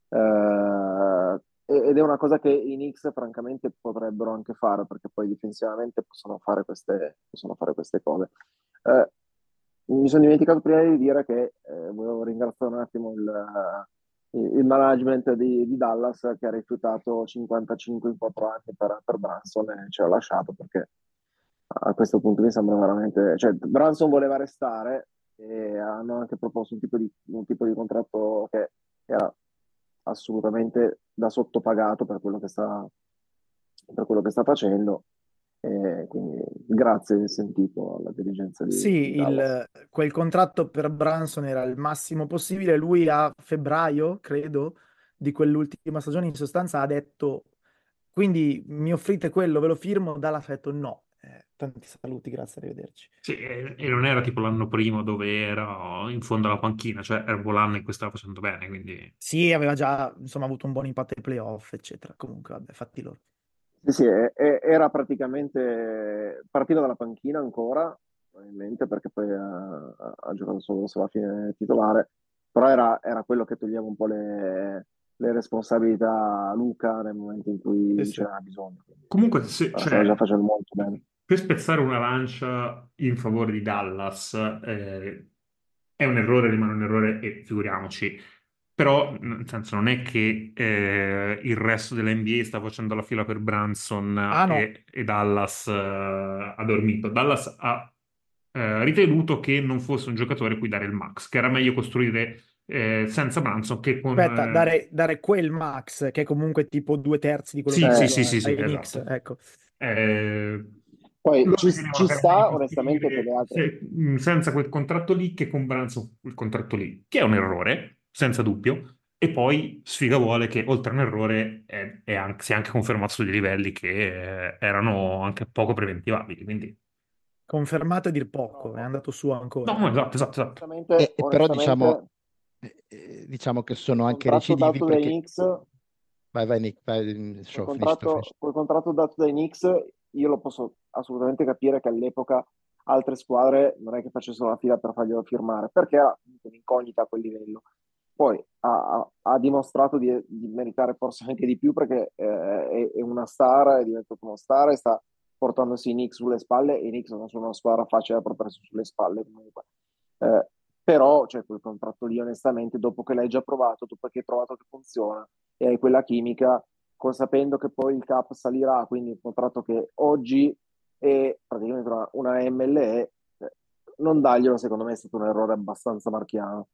Eh, ed è una cosa che i Knicks francamente potrebbero anche fare, perché poi difensivamente possono fare queste, possono fare queste cose. Eh, Mi sono dimenticato prima di dire che eh, volevo ringraziare un attimo il, il management di, di Dallas che ha rifiutato cinquantacinque in quattro anni per, per Branson e ce l'ha lasciato perché a questo punto mi sembra veramente... Cioè, Branson voleva restare e hanno anche proposto un tipo di, un tipo di contratto che era assolutamente da sottopagato per quello che sta, per quello che sta facendo. E quindi grazie sentito alla dirigenza di, di Sì, Dallas. il- quel contratto per Branson era il massimo possibile. Lui a febbraio, credo, di quell'ultima stagione in sostanza ha detto, quindi mi offrite quello, ve lo firmo. Dallas ha detto no. Eh, tanti saluti, grazie, arrivederci. Sì, e, e non era tipo l'anno prima dove era in fondo alla panchina, cioè era un l'anno in cui stava facendo bene, quindi... Sì, aveva già, insomma, avuto un buon impatto ai playoff, eccetera. Comunque, vabbè, fatti loro. Sì, sì, e- e- era praticamente partito dalla panchina ancora, probabilmente perché poi ha, ha giocato solo verso la fine titolare, però era, era quello che toglieva un po' le, le responsabilità a Luca nel momento in Sì, cui sì. c'era bisogno. Quindi, Comunque, se, la stava già cioè, facendo molto bene. per spezzare una lancia in favore di Dallas, eh, è un errore, rimane un errore e figuriamoci. Però, nel senso, non è che eh, il resto dell'N B A sta facendo la fila per Branson Ah no, e, e Dallas eh, ha dormito. Dallas ha eh, ritenuto che non fosse un giocatore a cui dare il max, che era meglio costruire eh, senza Branson che con... aspetta, eh, dare, dare quel max, che è comunque tipo due terzi di quello che Sì, ha sì, Eh, dato sì, a- sì, sì, ai Knicks, esatto. ecco. Eh, Poi Loro ci, ritenevano ci che era meglio sta onestamente che le costruire altre... se- mh, senza quel contratto lì che con Branson quel contratto lì, che è un errore, senza dubbio. E poi sfiga vuole che oltre a un errore è, è anche- si è anche confermato su dei livelli che eh, erano anche poco preventivabili. Quindi, Confermato a dir No, poco, è no, andato su ancora. no, esatto, esatto, esatto. onestamente, E, e però diciamo, onestamente eh, eh, diciamo che quel sono anche contratto recidivi dato dai perché... Knicks Vai, vai, Nick, vai, mm, quel show, finisci, contratto, finisci. quel contratto dato dai Knicks, io lo posso assolutamente capire che all'epoca altre squadre non è che facessero la fila per farglielo firmare, perché era comunque un'incognita a quel livello. Poi ha, ha- ha dimostrato di, di meritare forse anche di più perché eh, è, è una star, è diventato una star e sta portandosi i Knicks sulle spalle e i Knicks non sono una squadra facile da portarsi sulle spalle comunque. Eh, Però cioè, quel contratto lì onestamente dopo che l'hai già provato, dopo che hai trovato che funziona e hai quella chimica, sapendo che poi il cap salirà, quindi un contratto che oggi è praticamente una, una M L E, eh, non darglielo secondo me è stato un errore abbastanza marchiano.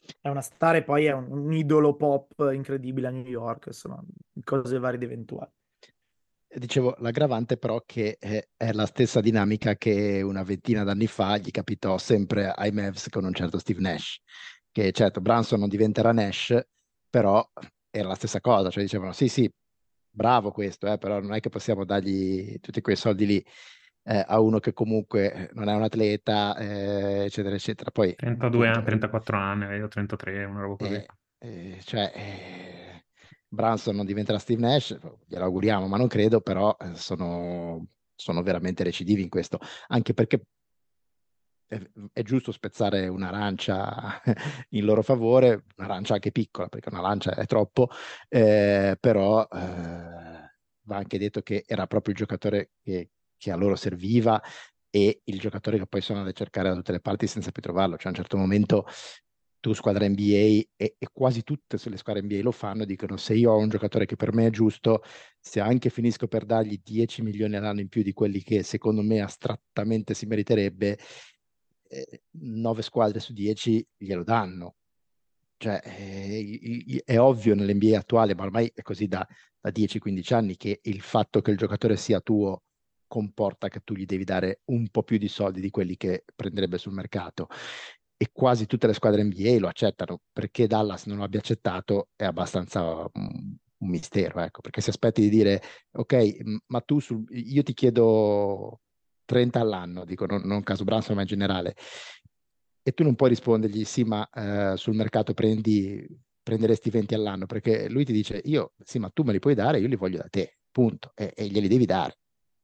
È una star e poi è un, un idolo pop incredibile a New York, insomma, cose varie ed eventuali. Dicevo, l'aggravante però che è, è la stessa dinamica che una ventina d'anni fa gli capitò sempre ai Mavs con un certo Steve Nash, che certo Brunson non diventerà Nash, però era la stessa cosa, cioè dicevano sì sì, bravo questo, eh, però non è che possiamo dargli tutti quei soldi lì eh, a uno che comunque non è un atleta, eh, eccetera, eccetera. Poi trentadue appunto, anni, trentaquattro anni, io trentatré, una roba così. eh, eh, cioè, eh, Brunson non diventerà Steve Nash, glielo auguriamo, ma non credo, però eh, sono, sono veramente recidivi in questo, anche perché è, è giusto spezzare un'arancia in loro favore, un'arancia anche piccola, perché una lancia è troppo, eh, però eh, va anche detto che era proprio il giocatore che, che a loro serviva e il giocatore che poi sono andati a cercare da tutte le parti senza più trovarlo. Cioè a un certo momento tu squadra N B A e, e quasi tutte le squadre N B A lo fanno, dicono se io ho un giocatore che per me è giusto, se anche finisco per dargli dieci milioni all'anno in più di quelli che secondo me astrattamente si meriterebbe, eh, nove squadre su dieci glielo danno. Cioè, eh, è ovvio nell'N B A attuale, ma ormai è così da, da dieci quindici anni, che il fatto che il giocatore sia tuo comporta che tu gli devi dare un po' più di soldi di quelli che prenderebbe sul mercato. E quasi tutte le squadre N B A lo accettano. Perché Dallas non lo abbia accettato è abbastanza un, un mistero, ecco, perché si aspetti di dire, ok, ma tu sul, io ti chiedo trenta all'anno, dico non, non caso Brunson, ma in generale, e tu non puoi rispondergli sì, ma eh, sul mercato prendi, prenderesti venti all'anno, perché lui ti dice io, sì, ma tu me li puoi dare, io li voglio da te, punto, e, e glieli devi dare.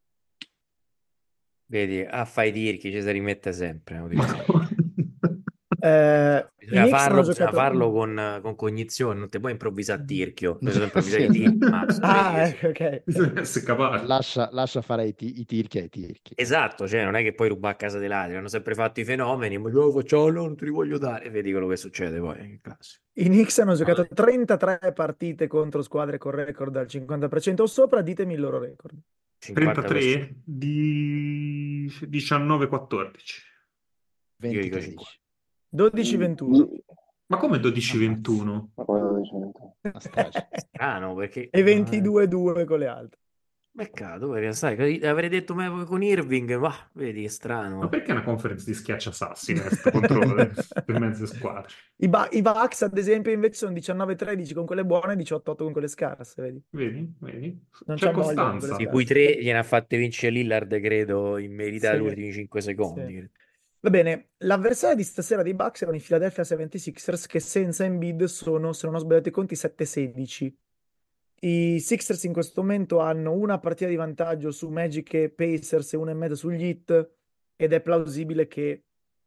Vedi, a fai tirchi ci si rimette sempre. no? Dico sempre. Eh, i Bisogna Knicks farlo, hanno bisogna giocato... farlo con, con cognizione, non ti puoi improvvisare a tirchio, bisogna improvvisare Sì. i tirchi, mazzo, Ah, preso. ecco, ok. Bisogna essere capaci. Lascia, lascia fare i, ti- i tirchi ai tirchi. Esatto, cioè non è che puoi rubare a casa dei ladri, hanno sempre fatto i fenomeni, ma io faccio, no, non ti li voglio dare, e vedi quello che succede poi, che classico. I Knicks hanno giocato trentatré partite contro squadre con record al cinquanta per cento o sopra, ditemi il loro record. cinquanta per cento. trentatré di diciannove quattordici. Io venti dico tredici. cinquanta. dodici ventuno. Ma come dodici Ammazza. ventuno? Ma come dodici ventuno? Una strage. Strano, perché... E ventidue due con le altre. Peccato, perché sai, avrei detto me con Irving, ma vedi che strano. Ma perché una conference di schiacciasassi est contro le, le mezze squadre? I, ba- i Bucks, ad esempio, invece sono diciannove tredici con quelle buone e diciotto otto con quelle scarse, vedi? Vedi? Vedi? Non C'è c'ha voglia con quelle costanza. Di cui scarse. tre gliene ha fatte vincere Lillard, credo, in merita Sì, gli ultimi cinque secondi. sì. credo. Va bene, l'avversario di stasera dei Bucks erano i Philadelphia settantasei ers che senza Embiid sono, se non ho sbagliato i conti, sette sedici. I Sixers in questo momento hanno una partita di vantaggio su Magic e Pacers e una e mezza sugli Heat ed è plausibile che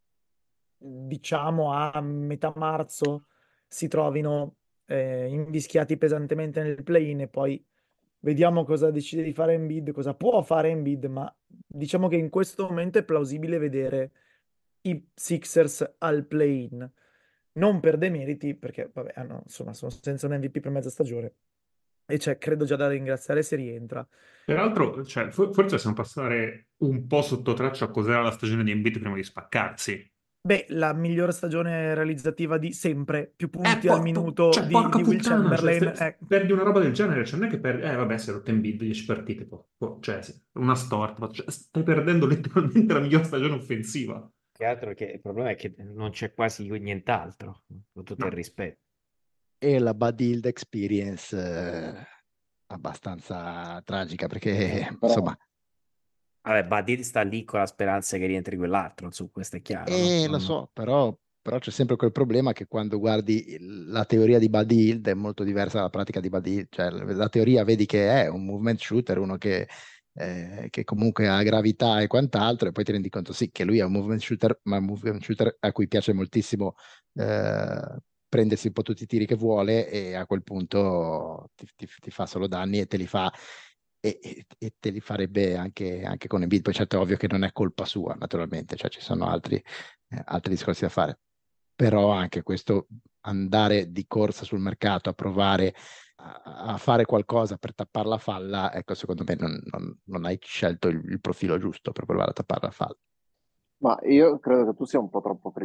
diciamo a metà marzo si trovino eh, invischiati pesantemente nel play-in e poi vediamo cosa decide di fare Embiid, cosa può fare Embiid, ma diciamo che in questo momento è plausibile vedere i Sixers al play-in. Non per demeriti, perché vabbè, hanno, insomma, sono senza un M V P per mezza stagione e c'è, credo, già da ringraziare se rientra. Peraltro, cioè, for- forse possiamo passare un po' sotto traccia a cos'era la stagione di Embiid prima di spaccarsi. Beh, la migliore stagione realizzativa di sempre, più Eh, punti po- al po- minuto cioè, di, porca di Will puttana, cioè, Chamberlain. se- eh. perdi una roba del genere, cioè non è che perdi, eh vabbè, si è rotto Embiid dieci partite, po- po- cioè sì, una storta, cioè, stai perdendo letteralmente la migliore stagione offensiva. Che altro che il problema è che non c'è quasi nient'altro, con tutto il No. rispetto. E la Bud Hield Experience eh, abbastanza tragica, perché Però, insomma, Vabbè, Badid sta lì con la speranza che rientri quell'altro, su questo è chiaro, no? eh, lo Non- so, però, però c'è sempre quel problema che quando guardi il- la teoria di Bud Hield è molto diversa dalla pratica di Bud Hield. Cioè, la teoria vedi che è un movement shooter, uno che, eh, che comunque ha gravità e quant'altro, e poi ti rendi conto sì che lui è un movement shooter, ma è un movement shooter a cui piace moltissimo eh, prendersi un po' tutti i tiri che vuole, e a quel punto ti, ti- ti fa solo danni e te li fa. E, e- e te li farebbe anche, anche con Embiid. Poi certo è ovvio che non è colpa sua, naturalmente, cioè ci sono altri, eh, altri discorsi da fare. Però anche questo andare di corsa sul mercato a provare a, a fare qualcosa per tappare la falla, ecco, secondo me non, non- non hai scelto il, il profilo giusto per provare a tappare la falla. ma io credo che tu sia un po' troppo critico con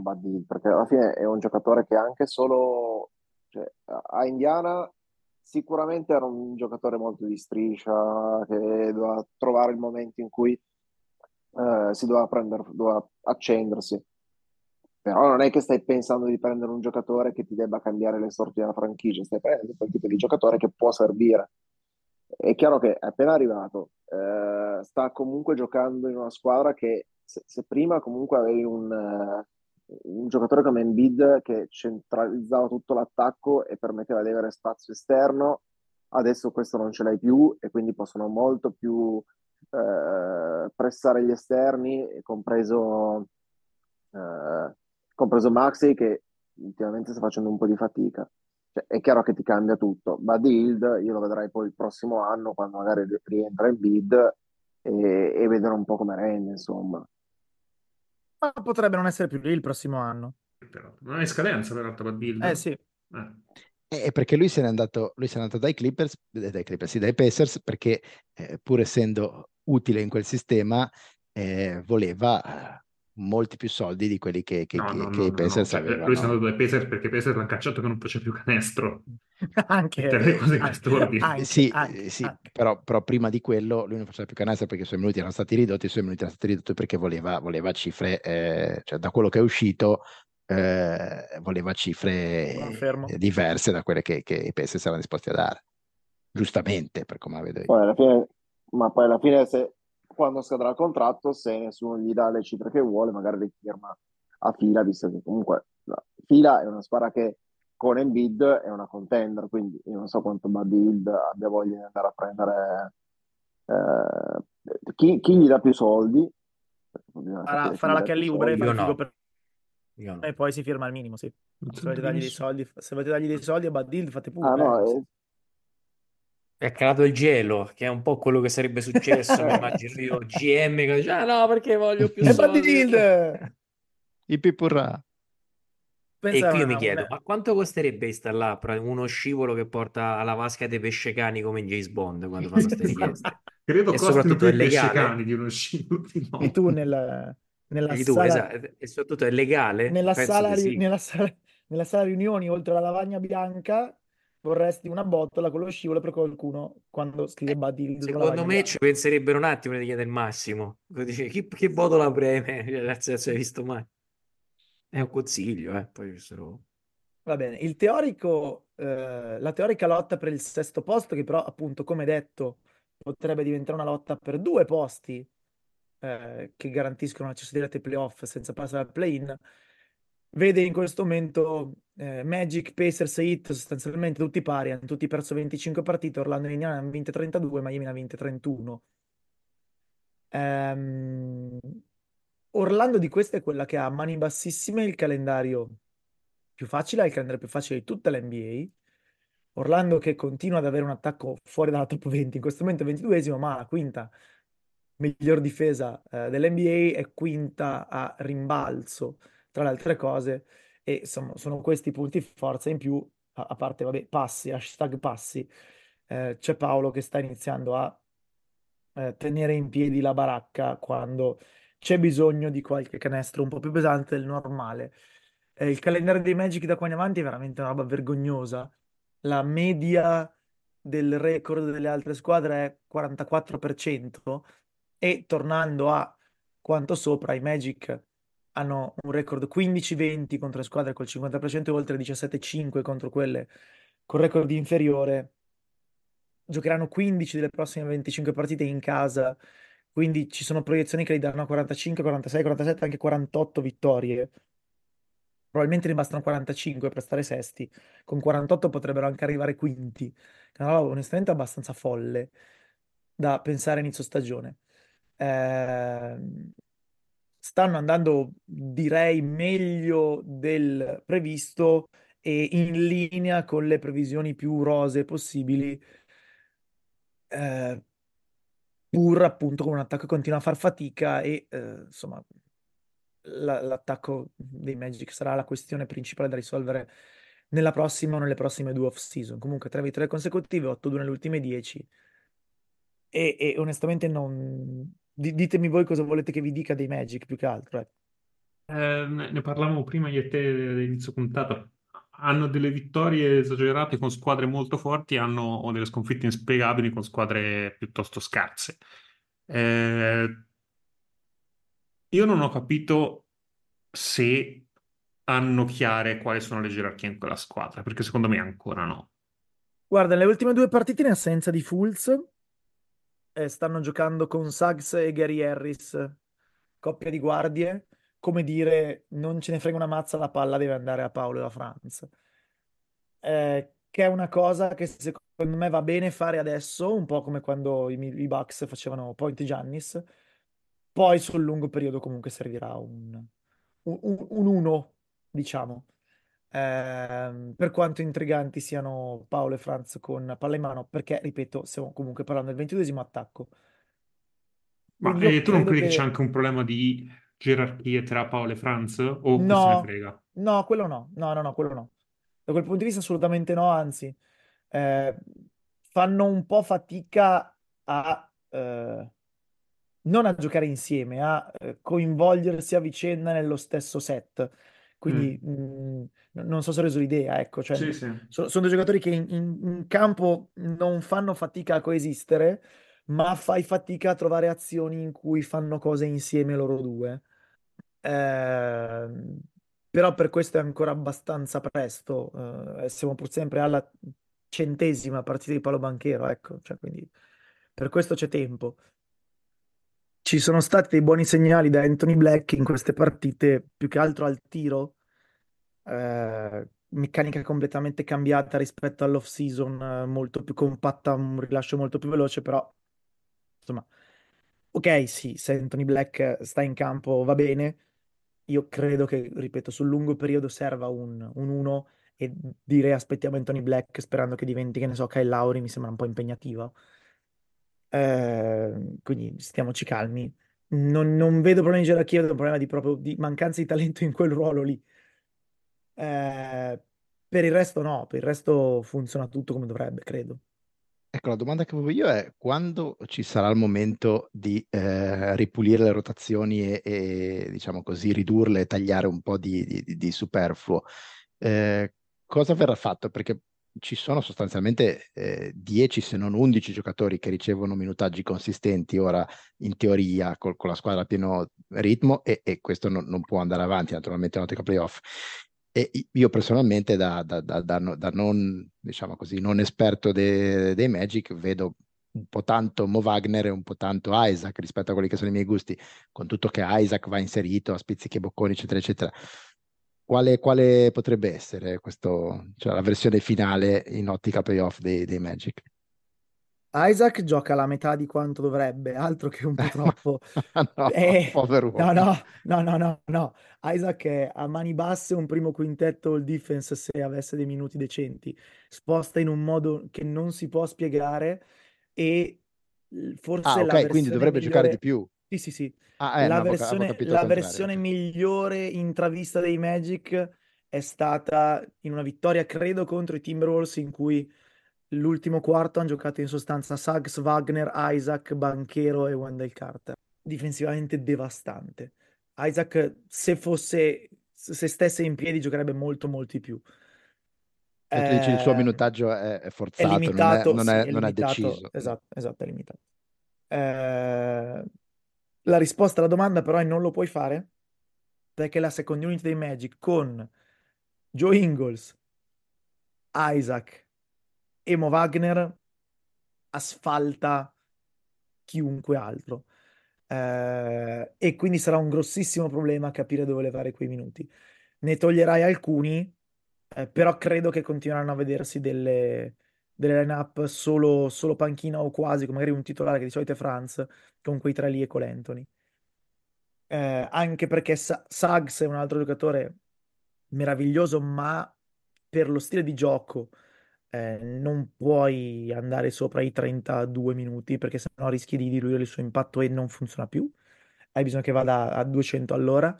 Bad Hill, perché alla fine è un giocatore che anche solo, cioè, a a Indiana sicuramente era un giocatore molto di striscia, che doveva trovare il momento in cui eh, si doveva prendere, doveva accendersi. Però non è che stai pensando di prendere un giocatore che ti debba cambiare le sorti della franchigia, stai prendendo quel tipo di giocatore che può servire. È chiaro che è appena arrivato, eh, sta comunque giocando in una squadra che se, se prima comunque avevi un, eh, un giocatore come Embiid che centralizzava tutto l'attacco e permetteva di avere spazio esterno, adesso questo non ce l'hai più e quindi possono molto più eh, pressare gli esterni, compreso, eh, compreso Maxey che ultimamente sta facendo un po' di fatica. Cioè, è chiaro che ti cambia tutto. Buddy Hield io lo vedrai poi il prossimo anno quando magari rientra in bid e, e vedrò un po' come rende, insomma. Ma potrebbe non essere più lì il prossimo anno. Non è scadenza per l'altra Bad Hill? Eh sì. Eh. È perché lui se n'è andato, lui se n'è andato dai Clippers, eh, dai Clippers, sì, dai Pacers, perché eh, pur essendo utile in quel sistema, eh, voleva eh, molti più soldi di quelli che, che- No, che- no, che no, i no, no. Pacers Cioè, avevano. lui è andato dai Pacers perché i Pacers l'hanno cacciato che non faceva più canestro. Anche, Mettere le cose in anche, quest'ordine. anche, Sì, anche, eh, sì, anche. però, però prima di quello lui non faceva più canestro perché i suoi minuti erano stati ridotti, i suoi minuti erano stati ridotti perché voleva, voleva cifre, eh, cioè da quello che è uscito, eh, voleva cifre Confermo. eh, diverse da quelle che, che i Pacers erano disposti a dare, giustamente per come la vedo io. Poi alla fine, ma poi alla fine se, quando scadrà il contratto, se nessuno gli dà le cifre che vuole, magari le firma a fila, visto che comunque la fila è una squadra che con Embiid è una contender, quindi io non so quanto Buddy Hield abbia voglia di andare a prendere eh, chi, chi gli dà più soldi, perché poi bisogna Farà, capire chi farà gli la dà più Kelly Oubre e fa soldi. Io il figo no, per io no. e poi si firma al minimo, sì. Non Se sento volete di dargli dei nessuno. soldi, se volete dargli dei soldi a Bad Hill, fate Ah pure. no, eh. eh, È calato il gelo, che è un po' quello che sarebbe successo, mi immagino io, G M che dice, ah no, perché voglio più E Bad soldi. Hill! I Pipurra. E Pensa qui io a mi una, chiedo, una- ma quanto costerebbe installare pra- uno scivolo che porta alla vasca dei pescecani come in James Bond quando fanno queste richieste? Credo E costino soprattutto più è i pescecani legale? di uno scivolo di e no. tu nel- nella E tu, sala, esatto, e soprattutto è legale? nella Penso sala, di ri- sì. nella sala, nella sala riunioni, oltre alla lavagna bianca, vorresti una botola con lo scivolo per qualcuno quando scrive Eh, Bad Hill sulla Secondo lavagna me ci bianca. penserebbero un attimo di chiedere il massimo. Dice, chi, che botola preme? Cioè, nel senso, hai visto mai? È un consiglio, eh. Poi questo... Va bene, il teorico, eh, la teorica lotta per il sesto posto, che però appunto, come detto, potrebbe diventare una lotta per due posti eh, che garantiscono l'accesso diretto ai playoff senza passare al play-in, vede in questo momento eh, Magic, Pacers e Heat sostanzialmente tutti pari, hanno tutti perso venticinque partite, Orlando e Indiana hanno vinte trentadue, Miami ne ha vinte trentuno. Ehm, Orlando di queste è quella che ha a mani bassissime il calendario più facile, ha il calendario più facile di tutta l'N B A. Orlando che continua ad avere un attacco fuori dalla top venti, in questo momento è ventiduesimo, ma la quinta miglior difesa eh, dell'N B A è quinta a rimbalzo, tra le altre cose, e insomma sono questi punti forza in più, a, a parte, vabbè, passi, hashtag passi, eh, c'è Paolo che sta iniziando a eh, tenere in piedi la baracca quando c'è bisogno di qualche canestro un po' più pesante del normale. Eh, il calendario dei Magic da qua in avanti è veramente una roba vergognosa. La media del record delle altre squadre è quarantaquattro per cento e tornando a quanto sopra, i Magic hanno un record quindici venti contro le squadre col cinquanta per cento e oltre diciassette cinque contro quelle con record inferiore. Giocheranno quindici delle prossime venticinque partite in casa, quindi ci sono proiezioni che li danno a quarantacinque, quarantasei, quarantasette, anche quarantotto vittorie. Probabilmente ne bastano quarantacinque per stare sesti, con quarantotto potrebbero anche arrivare quinti, che è una roba onestamente abbastanza folle da pensare a inizio stagione. Ehm, stanno andando, direi, meglio del previsto e in linea con le previsioni più rosee possibili, eh, pur appunto con un attacco che continua a far fatica e eh, insomma la- l'attacco dei Magic sarà la questione principale da risolvere nella prossima o nelle prossime due off-season. Comunque tre vittorie consecutive, otto due nelle ultime dieci e, e onestamente non... di- ditemi voi cosa volete che vi dica dei Magic più che altro. eh. Eh, ne ne parlavamo prima io e te all'inizio puntata. Hanno delle vittorie esagerate con squadre molto forti, hanno o delle sconfitte inspiegabili con squadre piuttosto scarse. Eh, io non ho capito se hanno chiare quali sono le gerarchie in quella squadra, perché secondo me ancora no. Guarda, nelle ultime due partite in assenza di Fultz, eh, stanno giocando con Suggs e Gary Harris, coppia di guardie, come dire, non ce ne frega una mazza, la palla deve andare a Paolo e a Franz. Eh, che è una cosa che secondo me va bene fare adesso, un po' come quando i, i Bucks facevano Point Giannis, poi sul lungo periodo comunque servirà un, un, un- un uno, diciamo. Ehm, per quanto intriganti siano Paolo e Franz con palla in mano, perché, ripeto, stiamo comunque parlando del ventiduesimo attacco. Ma Quindi io eh, tu non credo credi che c'è che anche un problema di gerarchie tra Paolo e Franz? O chi se ne no, frega? no, quello no, no, no, no, quello no. Da quel punto di vista assolutamente no, anzi, eh, fanno un po' fatica a eh, non a giocare insieme, a eh, coinvolgersi a vicenda nello stesso set. Quindi Mm. mh, non so se ho reso l'idea, ecco, cioè, Sì, sì. so- sono due giocatori che in, in- in campo non fanno fatica a coesistere, ma fai fatica a trovare azioni in cui fanno cose insieme loro due. Ehm, Però per questo è ancora abbastanza presto, eh, siamo pur sempre alla centesima partita di palo banchero, ecco, cioè, quindi per questo c'è tempo. Ci sono stati dei buoni segnali da Anthony Black in queste partite, più che altro al tiro, eh, meccanica completamente cambiata rispetto all'off season, eh, molto più compatta, un rilascio molto più veloce, però insomma, ok, sì, se Anthony Black sta in campo va bene. Io credo che, ripeto, sul lungo periodo serva un, un uno e direi aspettiamo Anthony Black sperando che diventi, che ne so, Kyle Lowry, mi sembra un po' impegnativa. Eh, quindi stiamoci calmi. Non, non vedo problemi di gerarchia, vedo un problema di, proprio, di mancanza di talento in quel ruolo lì. Eh, per il resto no, per il resto funziona tutto come dovrebbe, credo. Ecco, la domanda che avevo io è quando ci sarà il momento di eh, ripulire le rotazioni e, e, diciamo così, ridurle e tagliare un po' di, di- di superfluo. Eh, cosa verrà fatto? Perché ci sono sostanzialmente eh, dieci se non undici giocatori che ricevono minutaggi consistenti ora in teoria col- con la squadra a pieno ritmo e, e questo non, non può andare avanti naturalmente in ottica playoff. E io personalmente, da, da- da- da no- da non, diciamo così, non esperto de- dei Magic, vedo un po' tanto Mo Wagner e un po' tanto Isaac rispetto a quelli che sono i miei gusti, con tutto che Isaac va inserito a spizzichi e bocconi, eccetera, eccetera. Quale, quale potrebbe essere questo, cioè la versione finale in ottica playoff dei, dei Magic? Isaac gioca la metà di quanto dovrebbe, altro che un po' troppo. No, Eh, povero no, uomo. no, no, no, no, no. Isaac è a mani basse un primo quintetto all defense se avesse dei minuti decenti. Sposta in un modo che non si può spiegare e l- Ah, forse la ok, quindi versione dovrebbe giocare di migliore. più. Sì, sì, sì. Ah, eh, no, La avevo, avevo versione, capito il la contrario. versione Ok. migliore intravista dei Magic è stata in una vittoria, credo, contro i Timberwolves in cui l'ultimo quarto hanno giocato in sostanza Suggs, Wagner, Isaac, Banchero e Wendell Carter. Difensivamente devastante. Isaac, se fosse, se stesse in piedi, giocherebbe molto, molto di più. Cioè, tu dici il suo Eh, minutaggio è, è è forzato, non è, limitato, non sì, è- è non è limitato, deciso. esatto, esatto, è limitato. Eh, la risposta alla domanda però è non lo puoi fare perché la second unit dei Magic con Joe Ingles, Isaac e Mo Wagner asfalta chiunque altro. Eh, e quindi sarà un grossissimo problema capire dove levare quei minuti. Ne toglierai alcuni, eh, però credo che continueranno a vedersi delle, delle line-up solo, solo panchina o quasi, come magari un titolare che di solito è Franz, con quei tre lì e Cole Anthony. Eh, anche perché Sa- Suggs è un altro giocatore meraviglioso, ma per lo stile di gioco eh, non puoi andare sopra i trentadue minuti perché sennò rischi di diluire il suo impatto e non funziona più. Hai bisogno che vada a duecento all'ora.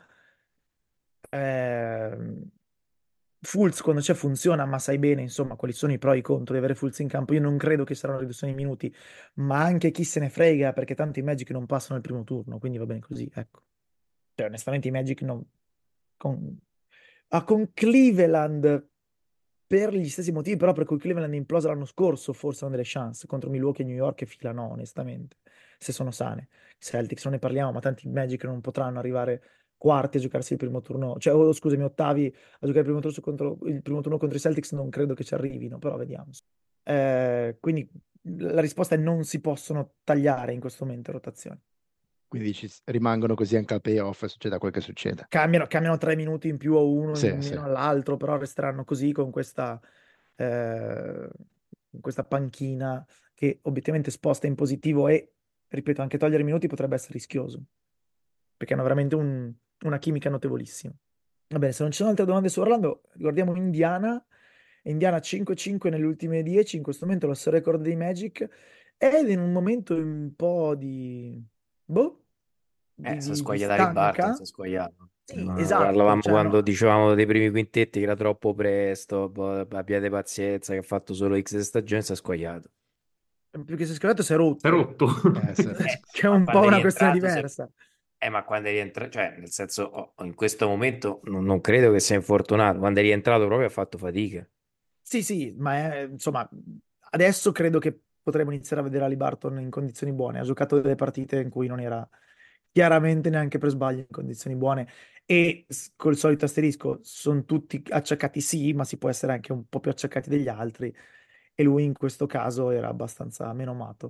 Ehm, Fultz quando c'è funziona, ma sai bene, insomma, quali sono i pro e i contro di avere Fultz in campo. Io non credo che saranno riduzioni di minuti, ma anche chi se ne frega, perché tanto i Magic non passano il primo turno, quindi va bene così, ecco. Cioè, onestamente i Magic non, con, ah, con Cleveland per gli stessi motivi, però per cui Cleveland è implosa l'anno scorso, forse hanno delle chance contro Milwaukee e New York e fila no, onestamente, se sono sane. Celtics non ne parliamo, ma tanti Magic non potranno arrivare quarti a giocarsi il primo turno, cioè, oh, scusami, ottavi a giocare il primo turno contro, il primo turno contro i Celtics, non credo che ci arrivino, però vediamo. Eh, quindi la risposta è non si possono tagliare in questo momento rotazioni. Quindi ci rimangono così anche al playoff e succeda quel che succeda. Cambiano, cambiano tre minuti in più o uno Sì, in sì. meno all'altro, però resteranno così con questa, eh, con questa panchina che obiettivamente sposta in positivo e, ripeto, anche togliere minuti potrebbe essere rischioso, perché hanno veramente un- una chimica notevolissima. Va bene, se non ci sono altre domande su Orlando, guardiamo Indiana. Indiana cinque cinque nelle ultime dieci, in questo momento lo record dei Magic, ed in un momento un po' di... boh, Eh, di, si è di, di squagliata Haliburton, stanca. si è squagliato. Sì, Ma esatto, parlavamo cioè, quando no, dicevamo dei primi quintetti che era troppo presto, boh, abbiate pazienza, che ha fatto solo X stagione, si è squagliato. più che si è scalato si è Si è rotto, rotto. Eh, sì. Eh, che è ma un po' quando è una questione rientrato, si è- diversa. eh, ma quando è rientrato, cioè, nel senso, oh, in questo momento non, non credo che sia infortunato. Quando è rientrato proprio ha fatto fatica. Sì, sì, ma è, insomma, adesso credo che potremo iniziare a vedere Ali Barton in condizioni buone. Ha giocato delle partite in cui non era chiaramente neanche per sbaglio in condizioni buone e s- col solito asterisco sono tutti acciaccati, sì, ma si può essere anche un po' più acciaccati degli altri e lui in questo caso era abbastanza menomato.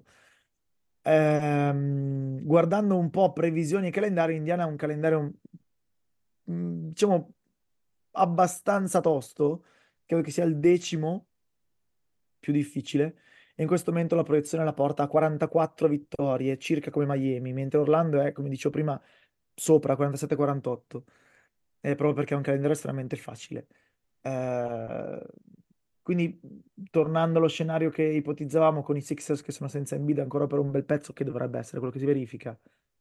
Ehm, guardando un po' previsioni e calendario, Indiana ha un calendario, mm, diciamo, abbastanza tosto, credo che sia il decimo più difficile. E in questo momento la proiezione la porta a quarantaquattro vittorie, circa come Miami, mentre Orlando è, come dicevo prima, sopra quarantasette quarantotto. È proprio perché è un calendario estremamente facile. Eh, quindi, tornando allo scenario che ipotizzavamo con i Sixers che sono senza Embiid ancora per un bel pezzo, che dovrebbe essere quello che si verifica,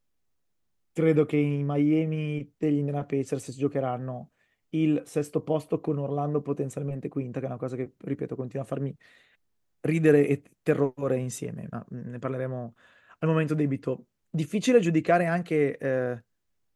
credo che i Miami degli Indiana Pacers si giocheranno il sesto posto con Orlando potenzialmente quinta, che è una cosa che, ripeto, continua a farmi ridere e terrore insieme, ma mm, ne parleremo al momento debito. Difficile giudicare anche eh,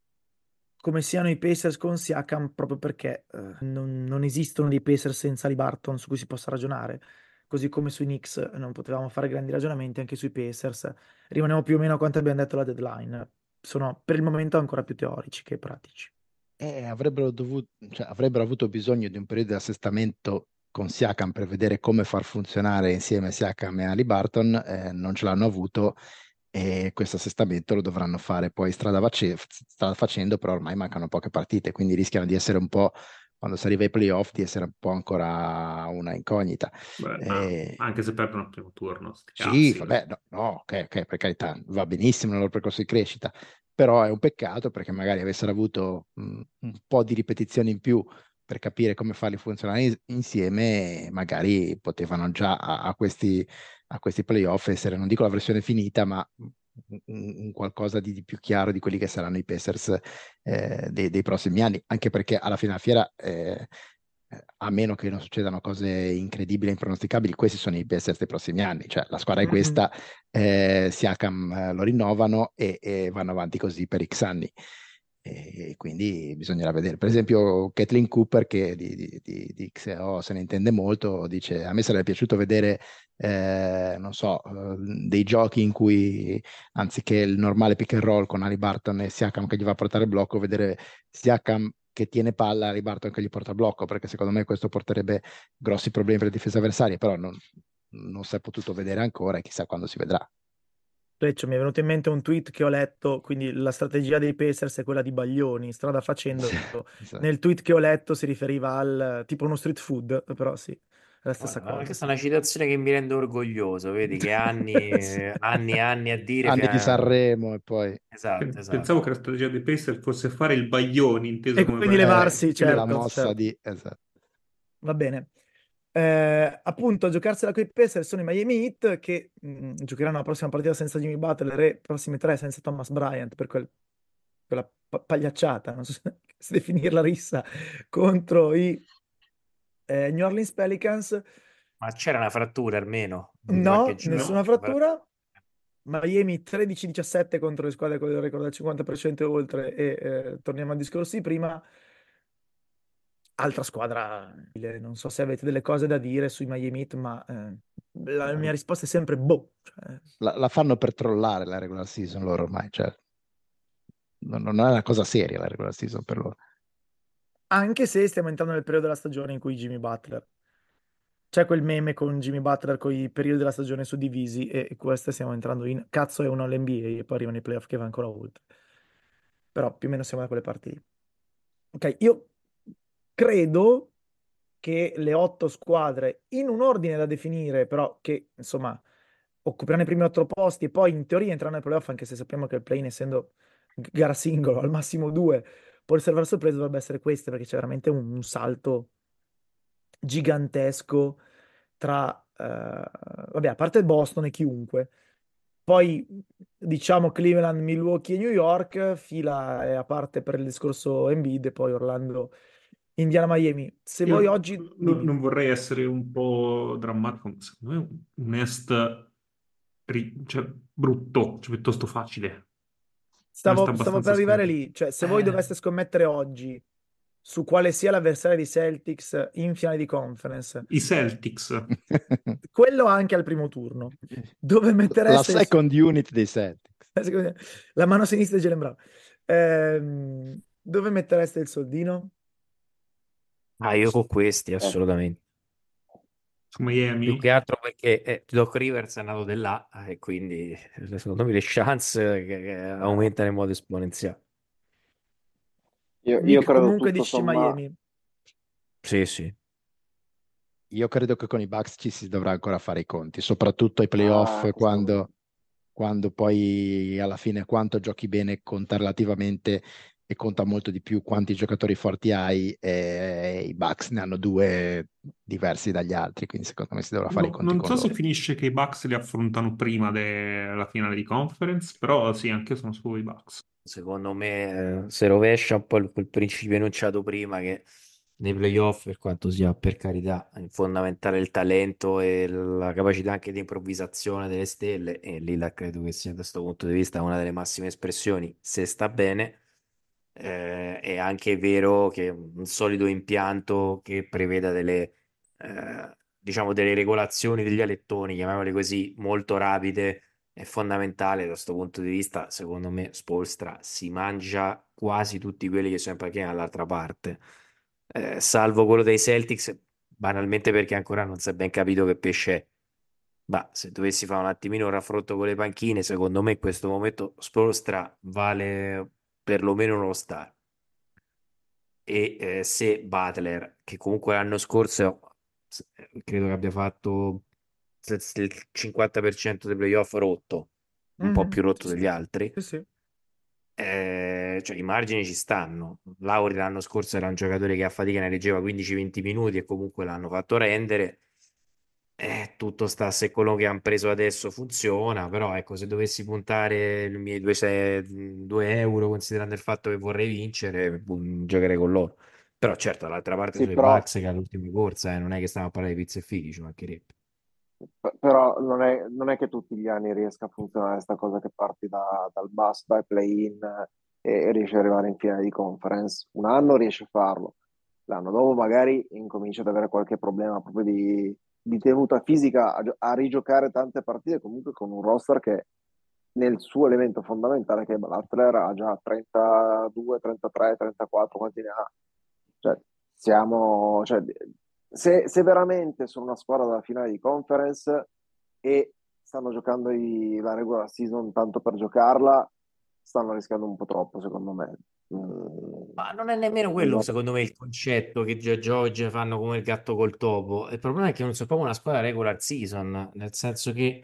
come siano i Pacers con Siakam, proprio perché eh, non, non esistono dei Pacers senza Ali Barton su cui si possa ragionare. Così come sui Knicks non potevamo fare grandi ragionamenti, anche sui Pacers rimaniamo più o meno a quanto abbiamo detto alla deadline. Sono per il momento ancora più teorici che pratici. Eh, avrebbero dovuto, cioè, avrebbero avuto bisogno di un periodo di assestamento con Siakam per vedere come far funzionare insieme Siakam e Ali Barton, eh, non ce l'hanno avuto e questo assestamento lo dovranno fare poi strada, face- strada facendo, però ormai mancano poche partite, quindi rischiano di essere un po', quando si arriva ai playoff, di essere un po' ancora una incognita. Beh, ma Eh, anche se perdono al primo turno, sti sì, cazzi. vabbè, no, no, ok, ok, per carità, va benissimo nel loro percorso di crescita, però è un peccato perché magari avessero avuto mh, un po' di ripetizioni in più per capire come farli funzionare in- insieme, magari potevano già a, a questi, a questi playoff essere, non dico la versione finita, ma un, un qualcosa di, di più chiaro di quelli che saranno i Pacers eh, dei, dei prossimi anni, anche perché alla fine della fiera... eh, eh, a meno che non succedano cose incredibili e impronosticabili, questi sono i Pacers dei prossimi anni, cioè la squadra è Mhm. questa, eh, Siakam eh, lo rinnovano e, e vanno avanti così per X anni. E quindi bisognerà vedere. Per esempio, Kathleen Cooper, che di, di, di, di X O se ne intende molto, dice: A me sarebbe piaciuto vedere, eh, non so, eh, dei giochi in cui anziché il normale pick and roll con Ali Barton e Siakam che gli va a portare il blocco, vedere Siakam che tiene palla, Ali Barton che gli porta il blocco, perché secondo me questo porterebbe grossi problemi per le difese avversarie, però non, non si è potuto vedere ancora e chissà quando si vedrà. Leccio, mi è venuto in mente un tweet che ho letto, quindi la strategia dei Pacers è quella di Baglioni, strada Sì, facendo. esatto. Nel tweet che ho letto si riferiva al tipo uno street food, però sì, è la stessa Guarda, ma cosa. questa è una citazione che mi rende orgoglioso, vedi che anni, Sì. anni e anni a dire. Anni di fino a- Sanremo e poi Esatto, Pen- esatto. Pensavo che la strategia dei Pacer fosse fare il Baglioni, inteso E come quindi eh, levarsi, Baglioni. la certo, mossa certo. di... Esatto. Va bene. Eh, appunto, a giocarsela con i Pacers sono i Miami Heat che mh, giocheranno la prossima partita senza Jimmy Butler e le prossime tre senza Thomas Bryant per quel- quella pa- pagliacciata, non so se, se definirla rissa, contro i eh, New Orleans Pelicans. Ma c'era una frattura almeno di qualche No, giorno nessuna No? fa, però. frattura. Miami tredici diciassette contro le squadre con il record del cinquanta per cento e oltre e eh, torniamo al discorso di prima. altra squadra, non so se avete delle cose da dire sui Miami Heat, ma eh, la mia risposta è sempre boh. Cioè, La, la fanno per trollare la regular season loro ormai, cioè, non, non è una cosa seria la regular season per loro. anche se stiamo entrando nel periodo della stagione in cui Jimmy Butler. C'è quel meme con Jimmy Butler con i periodi della stagione suddivisi e questo stiamo entrando in cazzo è uno all'N B A e poi arrivano i playoff che va ancora oltre. Però più o meno siamo da quelle parti lì. Ok, io credo che le otto squadre in un ordine da definire, però che insomma occuperanno i primi otto posti e poi in teoria entreranno nei playoff, anche se sappiamo che il play-in, essendo gara singolo, al massimo due, può riservare sorpresa, dovrebbe essere queste, perché c'è veramente un, un salto gigantesco tra, eh, vabbè, a parte Boston e chiunque. Poi diciamo Cleveland, Milwaukee e New York, fila è a parte per il discorso Embiid e poi Orlando, Indiana, Miami. Se Io voi oggi... non, Dimmi. non vorrei essere un po' drammatico, ma secondo me un est ri- cioè, brutto, cioè piuttosto facile. Un est Stavo, stavo per abbastanza arrivare sconfitto. lì, cioè se voi Eh, doveste scommettere oggi su quale sia l'avversario di Celtics in finale di conference, I Celtics. quello anche al primo turno, dove La mettereste il- second unit dei Celtics. la mano sinistra di Jaylen Brown? Ehm, dove mettereste il soldino? Ah, io con questi, Eh, assolutamente. Su Più Miami. che altro perché eh, Doc Rivers è nato di là eh, e quindi eh, secondo me le chance che, che aumentano in modo esponenziale. io, io Nick credo comunque tutto dici sommato. Miami. Sì, sì. Io credo che con i Bucks ci si dovrà ancora fare i conti, soprattutto ai playoff, Ah, questo quando, quando poi alla fine quanto giochi bene conta relativamente e conta molto di più quanti giocatori forti hai, e i Bucks ne hanno due diversi dagli altri, quindi secondo me si dovrà fare i No- conti non con so se loro. finisce che i Bucks li affrontano prima della finale di conference, però sì, anche io sono sui Bucks. Secondo me eh, se rovescia un po' il- quel principio enunciato prima che nei playoff, per quanto sia per carità è fondamentale il talento e la capacità anche di improvvisazione delle stelle, e lì la credo che sia da questo punto di vista una delle massime espressioni, se sta bene. Eh, è anche vero che un solido impianto che preveda delle, eh, diciamo, delle regolazioni degli alettoni, chiamiamole così, molto rapide, è fondamentale da questo punto di vista. Secondo me, Spolstra si mangia quasi tutti quelli che sono in panchina dall'altra parte, Eh, salvo quello dei Celtics, banalmente perché ancora non si è ben capito che pesce è. Ma se dovessi fare un attimino un raffronto con le panchine, secondo me in questo momento Spolstra vale perlomeno uno star. E eh, se Butler, che comunque l'anno scorso s- eh, credo che abbia fatto s- s- il cinquanta per cento dei playoff rotto, un po' Mhm, più rotto sì, degli sì. altri, Sì, sì. eh, cioè i margini ci stanno. Lauri l'anno scorso era un giocatore che a fatica ne leggeva quindici venti minuti e comunque l'hanno fatto rendere. Eh, tutto sta se quello che hanno preso adesso funziona, però ecco, se dovessi puntare i miei due, se- due euro, considerando il fatto che vorrei vincere, boh, giocherei con loro. Però certo, dall'altra parte Sì, sulle però, Bucks che all'ultima corsa, eh, non è che stiamo a parlare di pizza e fighi, ci mancherebbe. però non è, non è che tutti gli anni riesca a funzionare questa cosa che parti da- dal bus, dai play-in e, e riesci ad arrivare in finale di conference. Un anno riesci a farlo, l'anno dopo magari incominci ad avere qualche problema proprio di, di tenuta fisica a, gio- a rigiocare tante partite comunque con un roster che nel suo elemento fondamentale che è Butler ha già trentadue, trentatré, trentaquattro, quanti ne ha? Cioè, siamo, cioè, se, se veramente sono una squadra della finale di conference e stanno giocando i- la regular season tanto per giocarla, stanno rischiando un po' troppo, secondo me. Mm, Ma non è nemmeno quello, no. secondo me, il concetto che George oggi fanno come il gatto col topo. Il problema è che non sono proprio una squadra regular season, nel senso che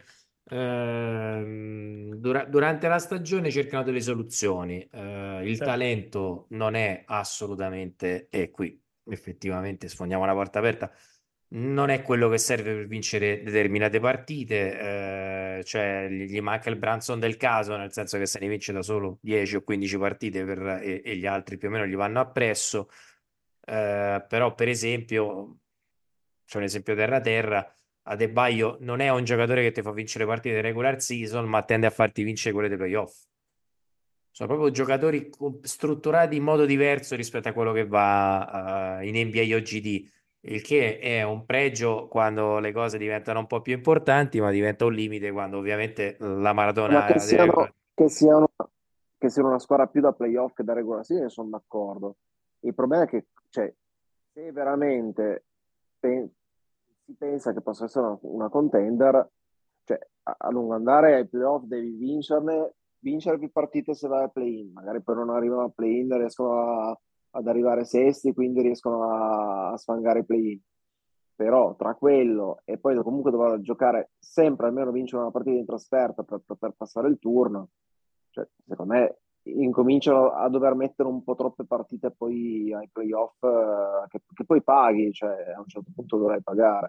ehm, dura- durante la stagione cercano delle soluzioni. Eh, il Sì. talento non è assolutamente, e qui effettivamente sfondiamo una porta aperta, non è quello che serve per vincere determinate partite, eh, cioè gli, gli manca il Branson del caso, nel senso che se ne vince da solo dieci o quindici partite per- e, e gli altri più o meno gli vanno appresso. Eh, però per esempio, c'è un esempio terra-terra, Adebayo non è un giocatore che ti fa vincere partite di regular season, ma tende a farti vincere quelle dei playoff. sono proprio giocatori co- strutturati in modo diverso rispetto a quello che va eh, in N B A O G D, il che è un pregio quando le cose diventano un po' più importanti, ma diventa un limite quando ovviamente la Ma che maratona deve... siano, che siano, che siano una squadra più da playoff che da regular season, sono d'accordo. Il problema è che, cioè, se veramente pe- si pensa che possa essere una, una contender, cioè, a, a lungo andare ai playoff devi vincerne, vincere più partite se vai a play-in, magari poi non arrivano a play-in, riescono a- ad arrivare sesti, quindi riescono a, a sfangare i play-in. Però tra quello e poi comunque dovrà giocare sempre, almeno vincere una partita in trasferta per poter passare il turno, cioè, secondo me incominciano a dover mettere un po' troppe partite poi ai playoff eh, che, che poi paghi, cioè a un certo punto dovrai pagare.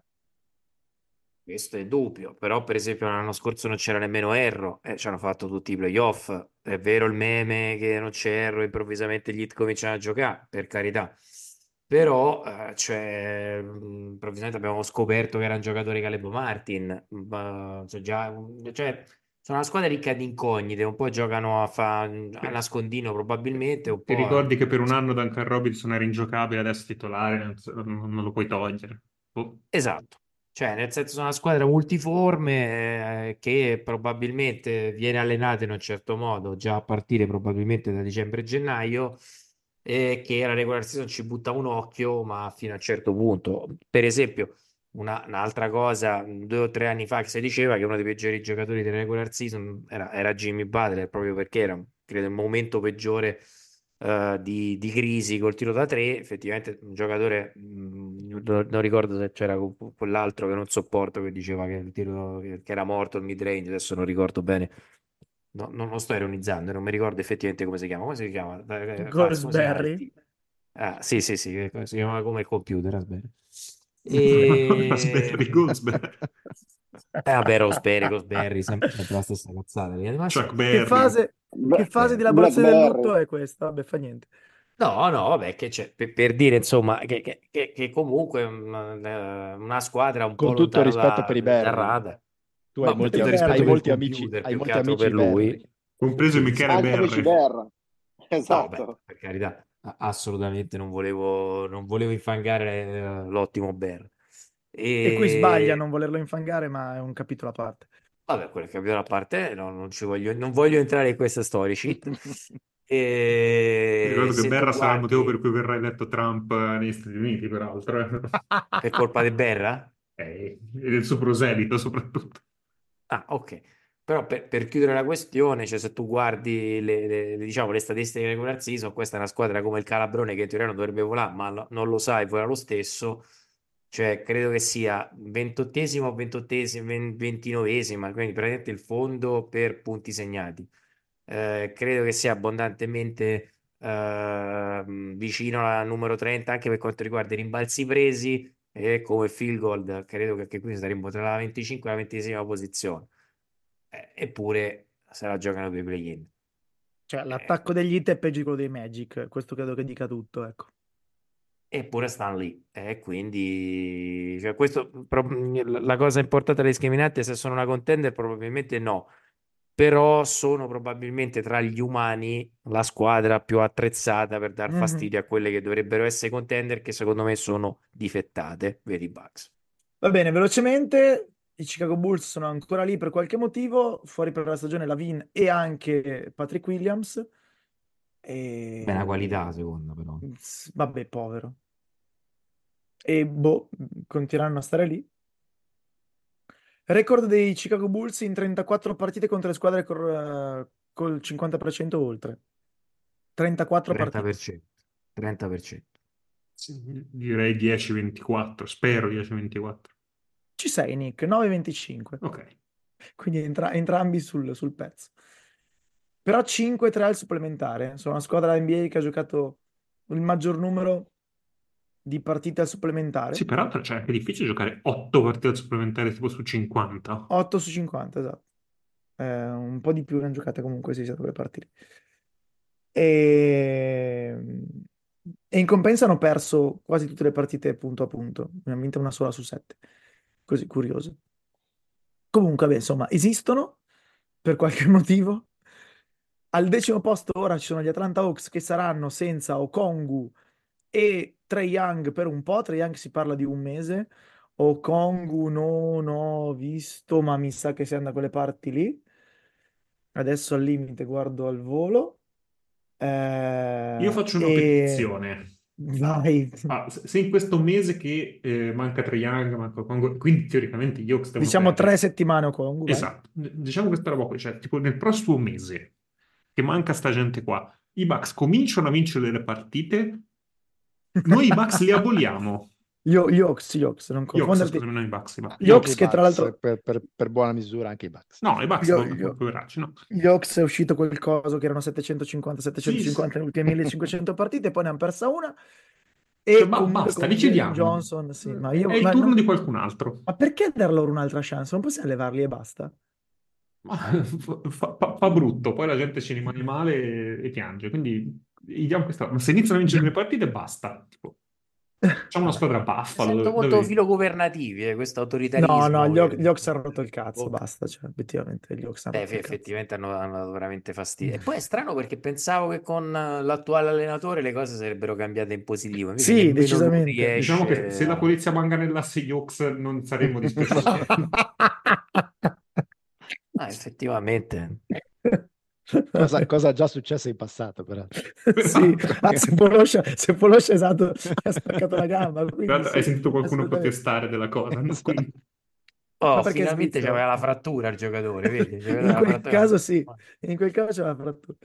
Questo è dubbio, però per esempio l'anno scorso non c'era nemmeno Erro e ci hanno fatto tutti i playoff. È vero il meme che non c'è Erro, improvvisamente gli Heat cominciano a giocare, per carità. Però, eh, cioè, mh, improvvisamente abbiamo scoperto che era un giocatore Caleb Martin. Ma, cioè, già, cioè, sono una squadra ricca di incognite, un po' giocano a, fa- a Beh, nascondino probabilmente, un ti po' a- ricordi che per un anno Duncan Robinson era ingiocabile, adesso è titolare, non, so- non- non lo puoi togliere. Boh. Esatto, cioè nel senso sono una squadra multiforme eh, che probabilmente viene allenata in un certo modo già a partire probabilmente da dicembre-gennaio e che la regular season ci butta un occhio ma fino a un certo punto. Per esempio, una- un'altra cosa, due o tre anni fa che si diceva che uno dei peggiori giocatori della regular season era, era Jimmy Butler proprio perché era, credo, il momento peggiore eh, di, di crisi col tiro da tre, effettivamente un giocatore, mh, non, non ricordo se c'era que- quell'altro che non sopporto che diceva che il tiro che, che era morto il mid range, adesso non ricordo bene. No, non lo sto ironizzando, non mi ricordo effettivamente come si chiama. Come si chiama? Eh, Faz, come si chiama il Goldsberry. tipo? Ah, sì, sì, sì, eh, si chiama come il computer, aspetta. E... Raspberry Gooseberry, Eh, vabbè, Roseberry, Cosberry, sempre, sempre la stessa cazzata. in linea di Chuck massima. Che Berry. fase, che Beh, fase di elaborazione del Blackberry. lutto è questa? Vabbè, fa niente. No, no, vabbè, che c'è, per, per dire insomma che, che- che- che comunque una, una squadra un po' Con tutto il lontano rispetto da, per i da Berry, radar, tu hai ma per molti, tutto il am- Berry. rispetto hai per il molti amici, computer hai più che molti altro amici per lui, Berry. Compreso sì, sì. Michele Anche amici Berre. Berra. No, beh, Esatto. per carità, a- assolutamente non volevo, non volevo infangare eh, l'ottimo Bear. E qui sbaglia a E non volerlo infangare, ma è un capitolo a parte. vabbè, quello che abbiamo a parte, no, non ci voglio, non voglio entrare in questa story sheet. Ti E ricordo che se tu Berra sarà il motivo per guardi cui verrà eletto Trump eh, negli Stati Uniti, peraltro. eh. per colpa di Berra. Eh, e del suo proselito, soprattutto. Ah, ok. Però per, per chiudere la questione, cioè se tu guardi le, le- le- diciamo, le statistiche di regular season, questa è una squadra come il Calabrone che in teoria non dovrebbe volare, ma lo- non lo sai, vola lo stesso. Cioè, credo che sia ventottesima o ventottesima, ven- ventinovesima, quindi praticamente il fondo per punti segnati. Eh, credo che sia abbondantemente ehm, vicino al numero trenta anche per quanto riguarda i rimbalzi presi e come field goal, credo che anche qui saremmo tra la venticinque e la ventiseiesima posizione. Eh, eppure se la giocano per i play-in. Cioè, Eh, l'attacco degli hit è peggio di quello dei Magic. Questo credo che dica tutto, ecco. eppure stanno lì. E quindi cioè, questo, pro- la cosa importante delle schiaminate, se sono una contender, probabilmente no. Però sono probabilmente tra gli umani la squadra più attrezzata per dar Mhm. fastidio a quelle che dovrebbero essere contender, che secondo me sono difettate, vedi i Bucks. Va bene, velocemente. I Chicago Bulls sono ancora lì per qualche motivo. Fuori per la stagione Lavin e anche Patrick Williams. Beh, una E... qualità seconda però. Vabbè, povero. E boh, continueranno a stare lì. Record dei Chicago Bulls in trentaquattro partite contro le squadre col, col cinquanta per cento oltre. trentaquattro partite. trenta per cento. trenta per cento. Sì, direi dieci ventiquattro, spero dieci ventiquattro. Ci sei, Nick, nove venticinque. Ok. Quindi entra- entrambi sul, sul pezzo. Però cinque tre al supplementare. Sono una squadra N B A che ha giocato il maggior numero di partite al supplementare. Sì, peraltro cioè, è difficile giocare otto partite supplementari tipo su cinquanta. otto su cinquanta, esatto. Eh, un po' di più ne hanno giocate comunque, sì, quelle partite. E... e in compenso hanno perso quasi tutte le partite punto a punto. Ne hanno vinta una sola su sette. Così, curioso. Comunque, beh, insomma, esistono per qualche motivo. Al decimo posto ora ci sono gli Atlanta Hawks che saranno senza Okongwu e Trae Young per un po'. Trae Young si parla di un mese. Okongwu non ho visto, ma mi sa che sia da quelle parti lì. Adesso al limite guardo al volo. Io Eh, faccio una e petizione. vai. Ah, se se in questo mese che eh, manca Trae Young, manca Okongwu, quindi teoricamente gli Hawks devono Diciamo tre perdere. settimane Okongwu, vai. Esatto, diciamo questa roba qui, cioè tipo nel prossimo mese che manca sta gente qua, i Bucks cominciano a vincere delle partite, noi i Bucks li aboliamo. Io, gli Hawks, gli Hawks, non Gli Hawks, confonderti. scusami, non i Bucks, i Bucks. Gli Hawks Anche i che tra Bucks, l'altro... per, per- per buona misura anche i Bucks. No, i Bucks Gli, non, gli- poveracci, no. gli Hawks è uscito quel coso che erano settecentocinquanta Sì, sì. settecentocinquanta nelle ultime millecinquecento partite, poi ne hanno persa una. Cioè, E ba- comunque basta, con li Jalen cediamo. Johnson, sì, ma È io... il Ma, turno non- di qualcun altro. ma perché dar loro un'altra chance? Non possiamo levarli e basta? Ma fa, fa- fa brutto, poi la gente ci rimane male e, e piange. Quindi gli diamo questa. Ma se iniziano a vincere le partite, basta. Tipo, facciamo una squadra Mi Buffalo. sento Dove, molto dove- filogovernativi, eh, questo No, autoritarismo no, gli, Haw- che... gli Hawks hanno rotto il cazzo, Boh. basta, cioè, effettivamente gli Hawks hanno Beh, rotto fe- il cazzo. effettivamente hanno, hanno dato veramente fastidio. E poi è strano perché pensavo che con eh, l'attuale allenatore le cose sarebbero cambiate in positivo. Invece Sì, nemmeno lui decisamente. Diciamo che riesce se la a... polizia manganellasse gli Hawks non saremmo dispiaciuti. Ah, effettivamente. Cosa, cosa è già successo in passato, peraltro. Sì, Esatto. ah, se Poloscia, se Poloscia, esatto, ha staccato la gamba, Tra quindi l'altro, sì, hai sentito qualcuno assolutamente. protestare della cosa, no? Quindi- Oh, Ma perché è finalmente svizzero? c'aveva la frattura il giocatore, vedi? C'aveva In la quel frattura. caso sì, in quel caso c'è la frattura.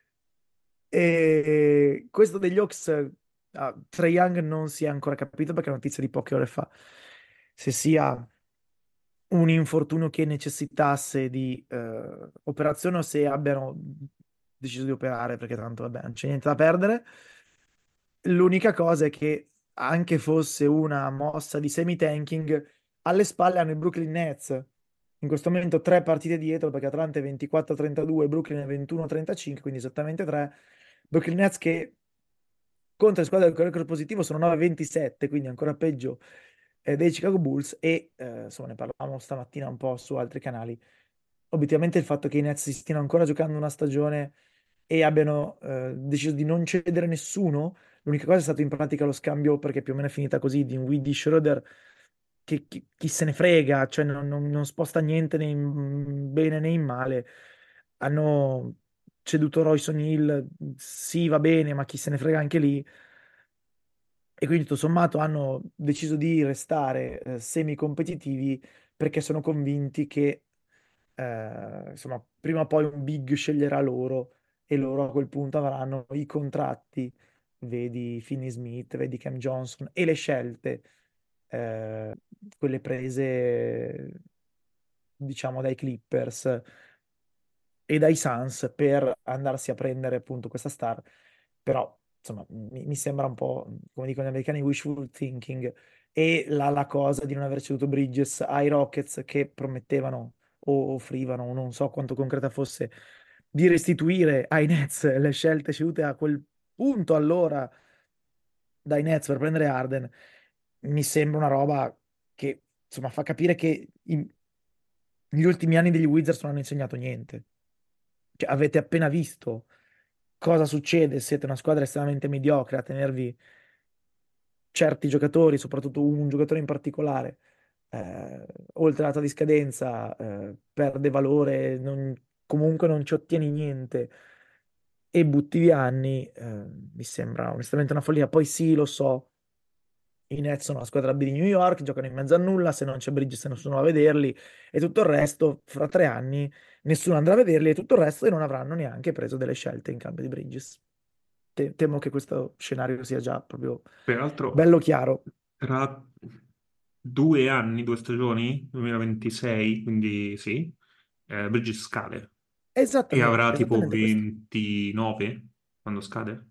E questo degli Hawks, ah, Trae Young non si è ancora capito perché è una notizia di poche ore fa. Se sia un infortunio che necessitasse di eh, operazione o se abbiano deciso di operare perché tanto vabbè non c'è niente da perdere. L'unica cosa è che anche fosse una mossa di semi-tanking, alle spalle hanno i Brooklyn Nets. In questo momento tre partite dietro perché Atlanta è ventiquattro a trentadue, Brooklyn è ventuno a trentacinque, quindi esattamente tre. Brooklyn Nets che contro le squadre del record positivo sono nove a ventisette, quindi ancora peggio eh, dei Chicago Bulls e eh, insomma ne parlavamo stamattina un po' su altri canali. Obiettivamente il fatto che i Nets si stiano ancora giocando una stagione e abbiano eh, deciso di non cedere nessuno, l'unica cosa è stato in pratica lo scambio, perché più o meno è finita così, di Windy Schroeder, che chi, chi se ne frega, cioè non, non- non sposta niente né in bene né in male. Hanno ceduto Royce O'Neal, sì va bene, ma chi se ne frega anche lì. E quindi tutto sommato hanno deciso di restare eh, semi-competitivi perché sono convinti che eh, insomma, prima o poi un big sceglierà loro e loro a quel punto avranno i contratti, vedi Finney Smith, vedi Cam Johnson e le scelte, eh, quelle prese diciamo dai Clippers e dai Suns per andarsi a prendere appunto questa star, però insomma mi, mi sembra un po', come dicono gli americani, wishful thinking e la, la cosa di non aver ceduto Bridges ai Rockets che promettevano o offrivano, o non so quanto concreta fosse, di restituire ai Nets le scelte cedute a quel punto allora dai Nets per prendere Harden, mi sembra una roba che insomma fa capire che i- gli ultimi anni degli Wizards non hanno insegnato niente. Cioè, avete appena visto cosa succede se siete una squadra estremamente mediocre a tenervi certi giocatori, soprattutto un giocatore in particolare, eh, oltre la data di scadenza, eh, perde valore, non- comunque non ci ottieni niente e butti via anni, eh, mi sembra onestamente una follia. Poi sì, lo so, i Nets sono la squadra B di New York, giocano in mezzo a nulla, se non c'è Bridges nessuno va a vederli e tutto il resto, fra tre anni nessuno andrà a vederli e tutto il resto e non avranno neanche preso delle scelte in cambio di Bridges. Te- temo che questo scenario sia già proprio Peraltro, bello chiaro. tra due anni, due stagioni, duemilaventisei, quindi sì, eh, Bridges scade e Esattamente, avrà tipo esattamente questo. ventinove quando scade.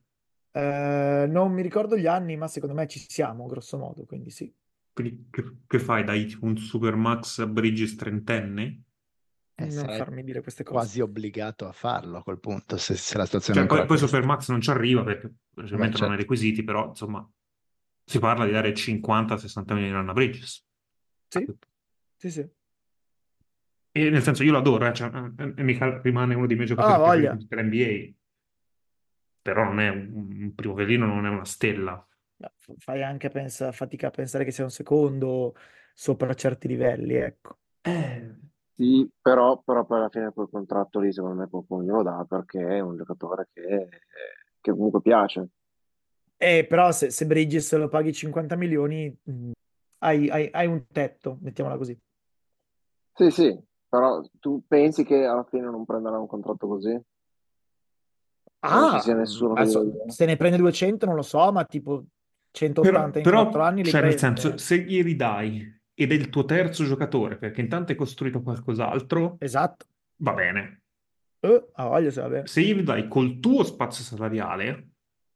Eh, non mi ricordo gli anni, ma secondo me ci siamo, grosso modo, quindi sì. Quindi che, che fai? Dai tipo un Supermax a Bridges trentenne? Eh, Non sarai farmi dire queste cose. quasi obbligato a farlo a quel punto, se, se la situazione è Cioè, poi, ancora poi questa. Supermax non ci arriva perché Beh, probabilmente non ha i certo. requisiti, però insomma si parla di dare cinquanta sessanta milioni a Bridges. Sì, sì, sì. E nel senso, io lo adoro, eh, cioè, eh, e mica rimane uno dei miei Ah, giocatori preferiti voglia. di tutta l'N B A, però non è un, un primo velino, non è una stella. No, f- fai anche pensa, fatica a pensare che sia un secondo sopra certi livelli, ecco. Eh, Sì, però, però poi alla fine quel contratto lì secondo me qualcuno glielo dà perché è un giocatore che, che comunque piace. Eh, però se, se Bridges lo paghi cinquanta milioni, mh, hai, hai- hai un tetto, mettiamola così. Sì, sì, però tu pensi che alla fine non prenderà un contratto così? O non ci Ah, sia mh, nessuno che glielo adesso dia? se ne prende duecento non lo so, ma tipo però, centottanta in quattro però, anni li cioè, nel senso, prende. se gli ridai ed è il tuo terzo giocatore, perché intanto hai costruito qualcos'altro, Esatto. va bene. Eh, ah, voglio se va bene. Se gli dai col tuo spazio salariale,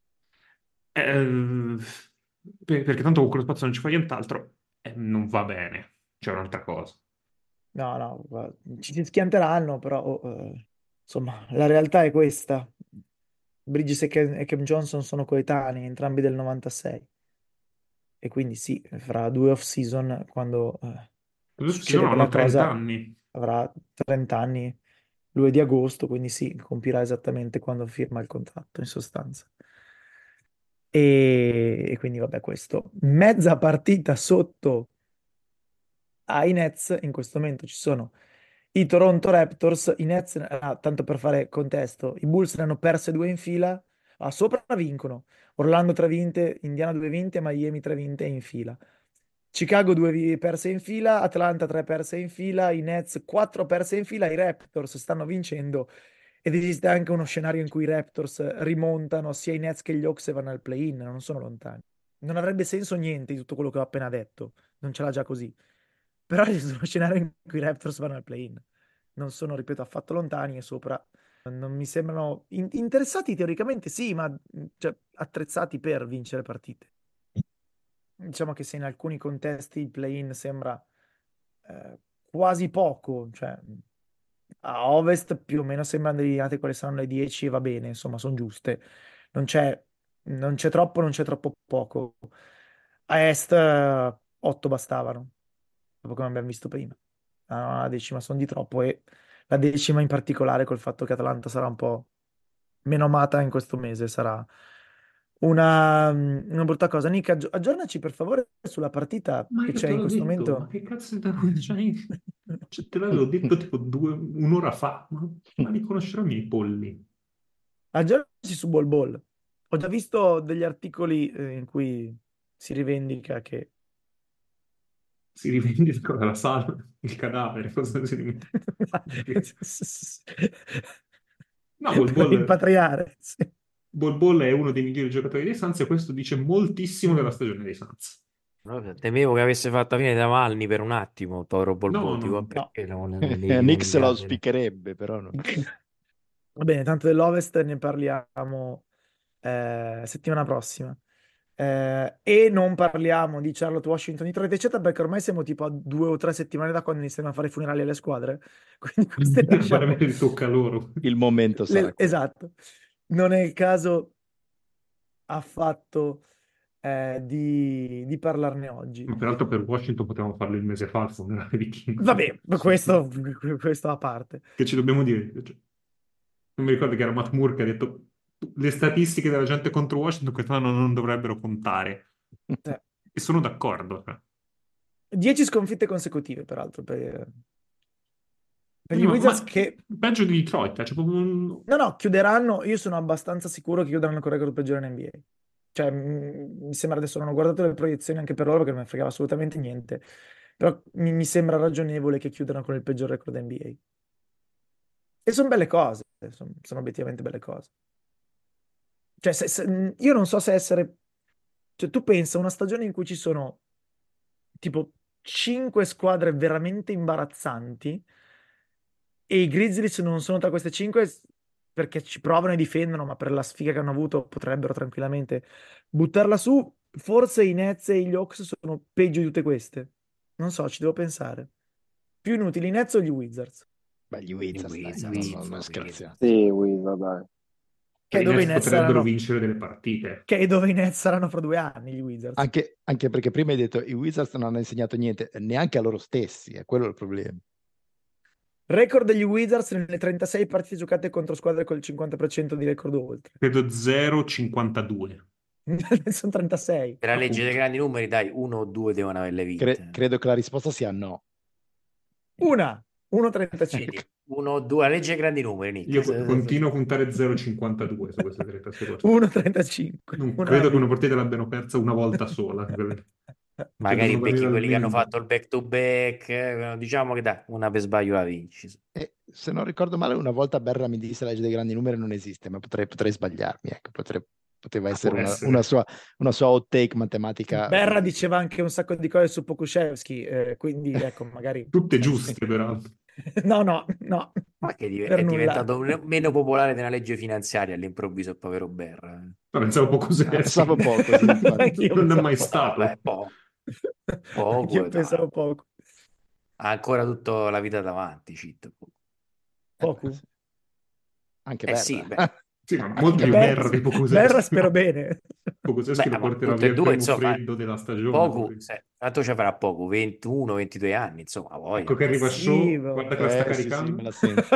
eh, per- perché tanto con quello spazio non ci fai nient'altro, eh, non va bene. C'è un'altra cosa. No, no, guarda, ci si schianteranno, però oh, eh, insomma, la realtà è questa. Bridges e Cam, e Cam Johnson sono coetanei, entrambi del novantasei. E quindi sì, fra due off-season, quando eh, Adesso ci succede sono, hanno quella trenta cosa, anni. avrà trenta anni, lui è di agosto, quindi sì, compirà esattamente quando firma il contratto, in sostanza. E, e quindi vabbè, questo. Mezza partita sotto ai Nets, in questo momento ci sono i Toronto Raptors, i Nets, ah, tanto per fare contesto, i Bulls ne hanno perse due in fila, ah, sopra vincono, Orlando tre vinte, Indiana due vinte, Miami tre vinte in fila. Chicago due vi- perse in fila, Atlanta tre perse in fila, i Nets quattro perse in fila, i Raptors stanno vincendo ed esiste anche uno scenario in cui i Raptors rimontano sia i Nets che gli Hawks e vanno al play-in, non sono lontani. Non avrebbe senso niente di tutto quello che ho appena detto, non ce l'ha già così. Però esiste uno scenario in cui i Raptors vanno al play-in. Non sono, ripeto, affatto lontani e sopra non mi sembrano in- interessati teoricamente, sì, ma mh, cioè, attrezzati per vincere partite. Diciamo che se in alcuni contesti il play-in sembra eh, quasi poco, cioè a Ovest più o meno sembrano delineate quali saranno le dieci e va bene, insomma, sono giuste. Non c'è non c'è troppo, non c'è troppo poco. A Est otto bastavano, dopo come abbiamo visto prima. La la decima sono di troppo e la decima in particolare col fatto che Atalanta sarà un po' meno amata in questo mese, sarà una, una brutta cosa. Nick, aggi- aggiornaci per favore sulla partita Ma che io c'è te in l'ho questo detto, ma momento. che cazzo te, cioè, cioè, te l'avevo detto tipo due, un'ora fa, ma, ma li conoscerò i miei polli. Aggiornaci su Ball Ball. Ho già visto degli articoli eh, in cui si rivendica che Si rivendica la sala, il cadavere, cosa si rivendica? No, Bol per Bol, rimpatriare. Sì. Bol Bol è uno dei migliori giocatori dei Suns e questo dice moltissimo della Mm. stagione dei Suns. No, temevo che avesse fatto la fine da Navalny per un attimo, povero No, Bolbol, no, dico, no. No. perché non, non devi Nick se lo rivendicartene? auspicherebbe, però no. Va bene, tanto dell'Ovest ne parliamo eh, settimana prossima. Eh, e non parliamo di Charlotte Washington, Detroit, eccetera, perché ormai siamo tipo a due o tre settimane da quando iniziano a fare i funerali alle squadre. Quindi queste lasciamo. Veramente tocca a loro. Il momento sarà Le- quello. esatto. Non è il caso affatto eh, di, di parlarne oggi. Ma peraltro per Washington potevamo farlo il mese fa, il funerale di King. Vabbè, questo, questo a parte. Che ci dobbiamo dire? Cioè, non mi ricordo che era Matt Moore che ha detto le statistiche della gente contro Washington quest'anno non dovrebbero contare. Cioè, E sono d'accordo. cioè. dieci sconfitte consecutive, peraltro, per, per Eh, gli Ma, Wizards ma che, peggio di Detroit, eh, cioè proprio un- no, no, chiuderanno. Io sono abbastanza sicuro che chiuderanno con il record peggiore in N B A. Cioè, mh, mi sembra adesso non ho guardato le proiezioni anche per loro perché non mi fregava assolutamente niente. Però mi, mi sembra ragionevole che chiudano con il peggior record N B A. E sono belle cose, sono, sono obiettivamente belle cose. Cioè, se- se- io non so se essere. Cioè, tu pensa a una stagione in cui ci sono tipo cinque squadre veramente imbarazzanti e i Grizzlies non sono tra queste cinque s- perché ci provano e difendono, ma per la sfiga che hanno avuto potrebbero tranquillamente buttarla su. Forse i Nets e gli Hawks sono peggio di tutte queste. Non so, ci devo pensare. Più inutili i Nets o gli Wizards? Beh, gli I Wizards, dai, no, no, Wizards, non i scherziamo. Wizards. Sì, Wizard, dai. Che I è dove i Nets Nets potrebbero saranno, vincere delle partite. che è dove i Nets saranno fra due anni, gli Wizards. Anche, anche perché prima hai detto i Wizards non hanno insegnato niente, neanche a loro stessi, è quello il problema. Record degli Wizards nelle trentasei partite giocate contro squadre col cinquanta per cento di record o oltre. Credo zero virgola cinquantadue. Sono trentasei. Per la legge dei grandi numeri, dai, uno o due devono averle vinte. Cre- credo che la risposta sia no. Una, uno virgola trentacinque. Uno o due, la legge dei grandi numeri, Nick. Io co- continuo a puntare zero virgola cinquantadue su queste trentasei partite. uno virgola trentacinque. Non Una credo che vita. una partita l'abbiano persa una volta sola. Magari devono becchi venire quelli che hanno almeno- fatto il back to back, eh, diciamo che dai, una per sbaglio la vinci. E, se non ricordo male, una volta Berra mi disse la legge dei grandi numeri non esiste, ma potrei, potrei sbagliarmi. Ecco, potrei- poteva essere può una, essere. una sua, una sua hot take matematica. Berra diceva anche un sacco di cose su Pokuševski, eh, quindi ecco, magari... Tutte giuste, peraltro. No, no, no. Ma che div- Per è nulla. diventato un- meno popolare della legge finanziaria all'improvviso il povero Berra. Ma pensavo poco serio. Pensavo poco, sì, infatti. Anch'io Non è pensavo mai poco. stato. Vabbè, poco. Poco, Anch'io dai. pensavo poco. Ha ancora tutta la vita davanti, Cit. Poco. Anche Eh Berra. sì, beh. Sì, ma molto Anche più Berra- Berra di Pokusevski. Berra spero bene. Pokusevski Beh, lo ma porterà tutte via e il due, primo insomma, freddo della stagione. Poco, poi. se- quanto ci farà poco? ventuno ventidue anni, insomma, voglia. Ecco che arriva Sì, Show, ma- guarda che la sta Eh, sì, sì, caricando. me la sento.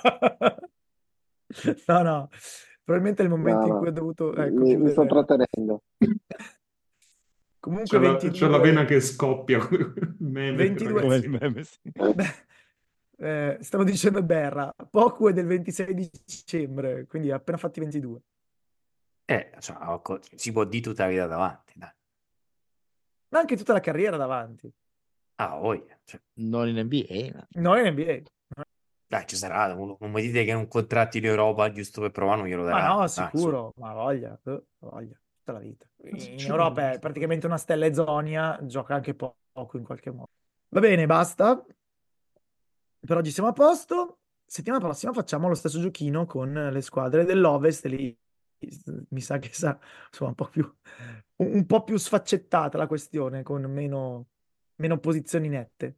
No, no, probabilmente è il momento No, in no. cui ho dovuto ecco, Mi, mi sto chiudere. trattenendo. Comunque C'è la, ventidue, c'è la vena che scoppia. Meme, ventidue Come ragazzi. il meme, sì. Beh, eh, stavo dicendo Berra, Poku è del ventisei dicembre, quindi ha appena fatti ventidue. Eh, insomma, co- si può dire tutta la vita davanti, dai. Ma anche tutta la carriera davanti. Ah, voglia. Cioè, Non in N B A, ma Non in N B A. dai, ci sarà. uno- Non mi dite che un contratto in Europa, giusto per provare, non glielo Ma daranno. no, Dai, su. sicuro, ma voglia, eh, voglia, tutta la vita. In Ci Europa vuole. è praticamente una stella e zonia, gioca anche po- poco in qualche modo. Va bene, basta. Per oggi siamo a posto. Settimana prossima facciamo lo stesso giochino con le squadre dell'Ovest. e Lì mi sa che sarà insomma, un po' più, un, un po' più sfaccettata la questione, con meno, meno posizioni nette.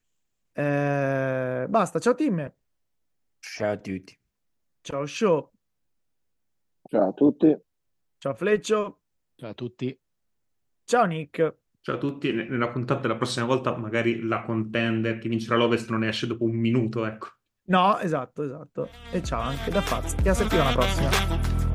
Eh, basta, ciao team. Ciao a tutti. Ciao Show. Ciao a tutti. Ciao Fleccio. ciao a tutti. Ciao Nick. Ciao a tutti. Ne- Nella puntata della prossima volta magari la contender che vincerà l'Ovest non esce dopo un minuto, ecco. No, esatto, esatto. E ciao anche da Faz. E a settimana prossima.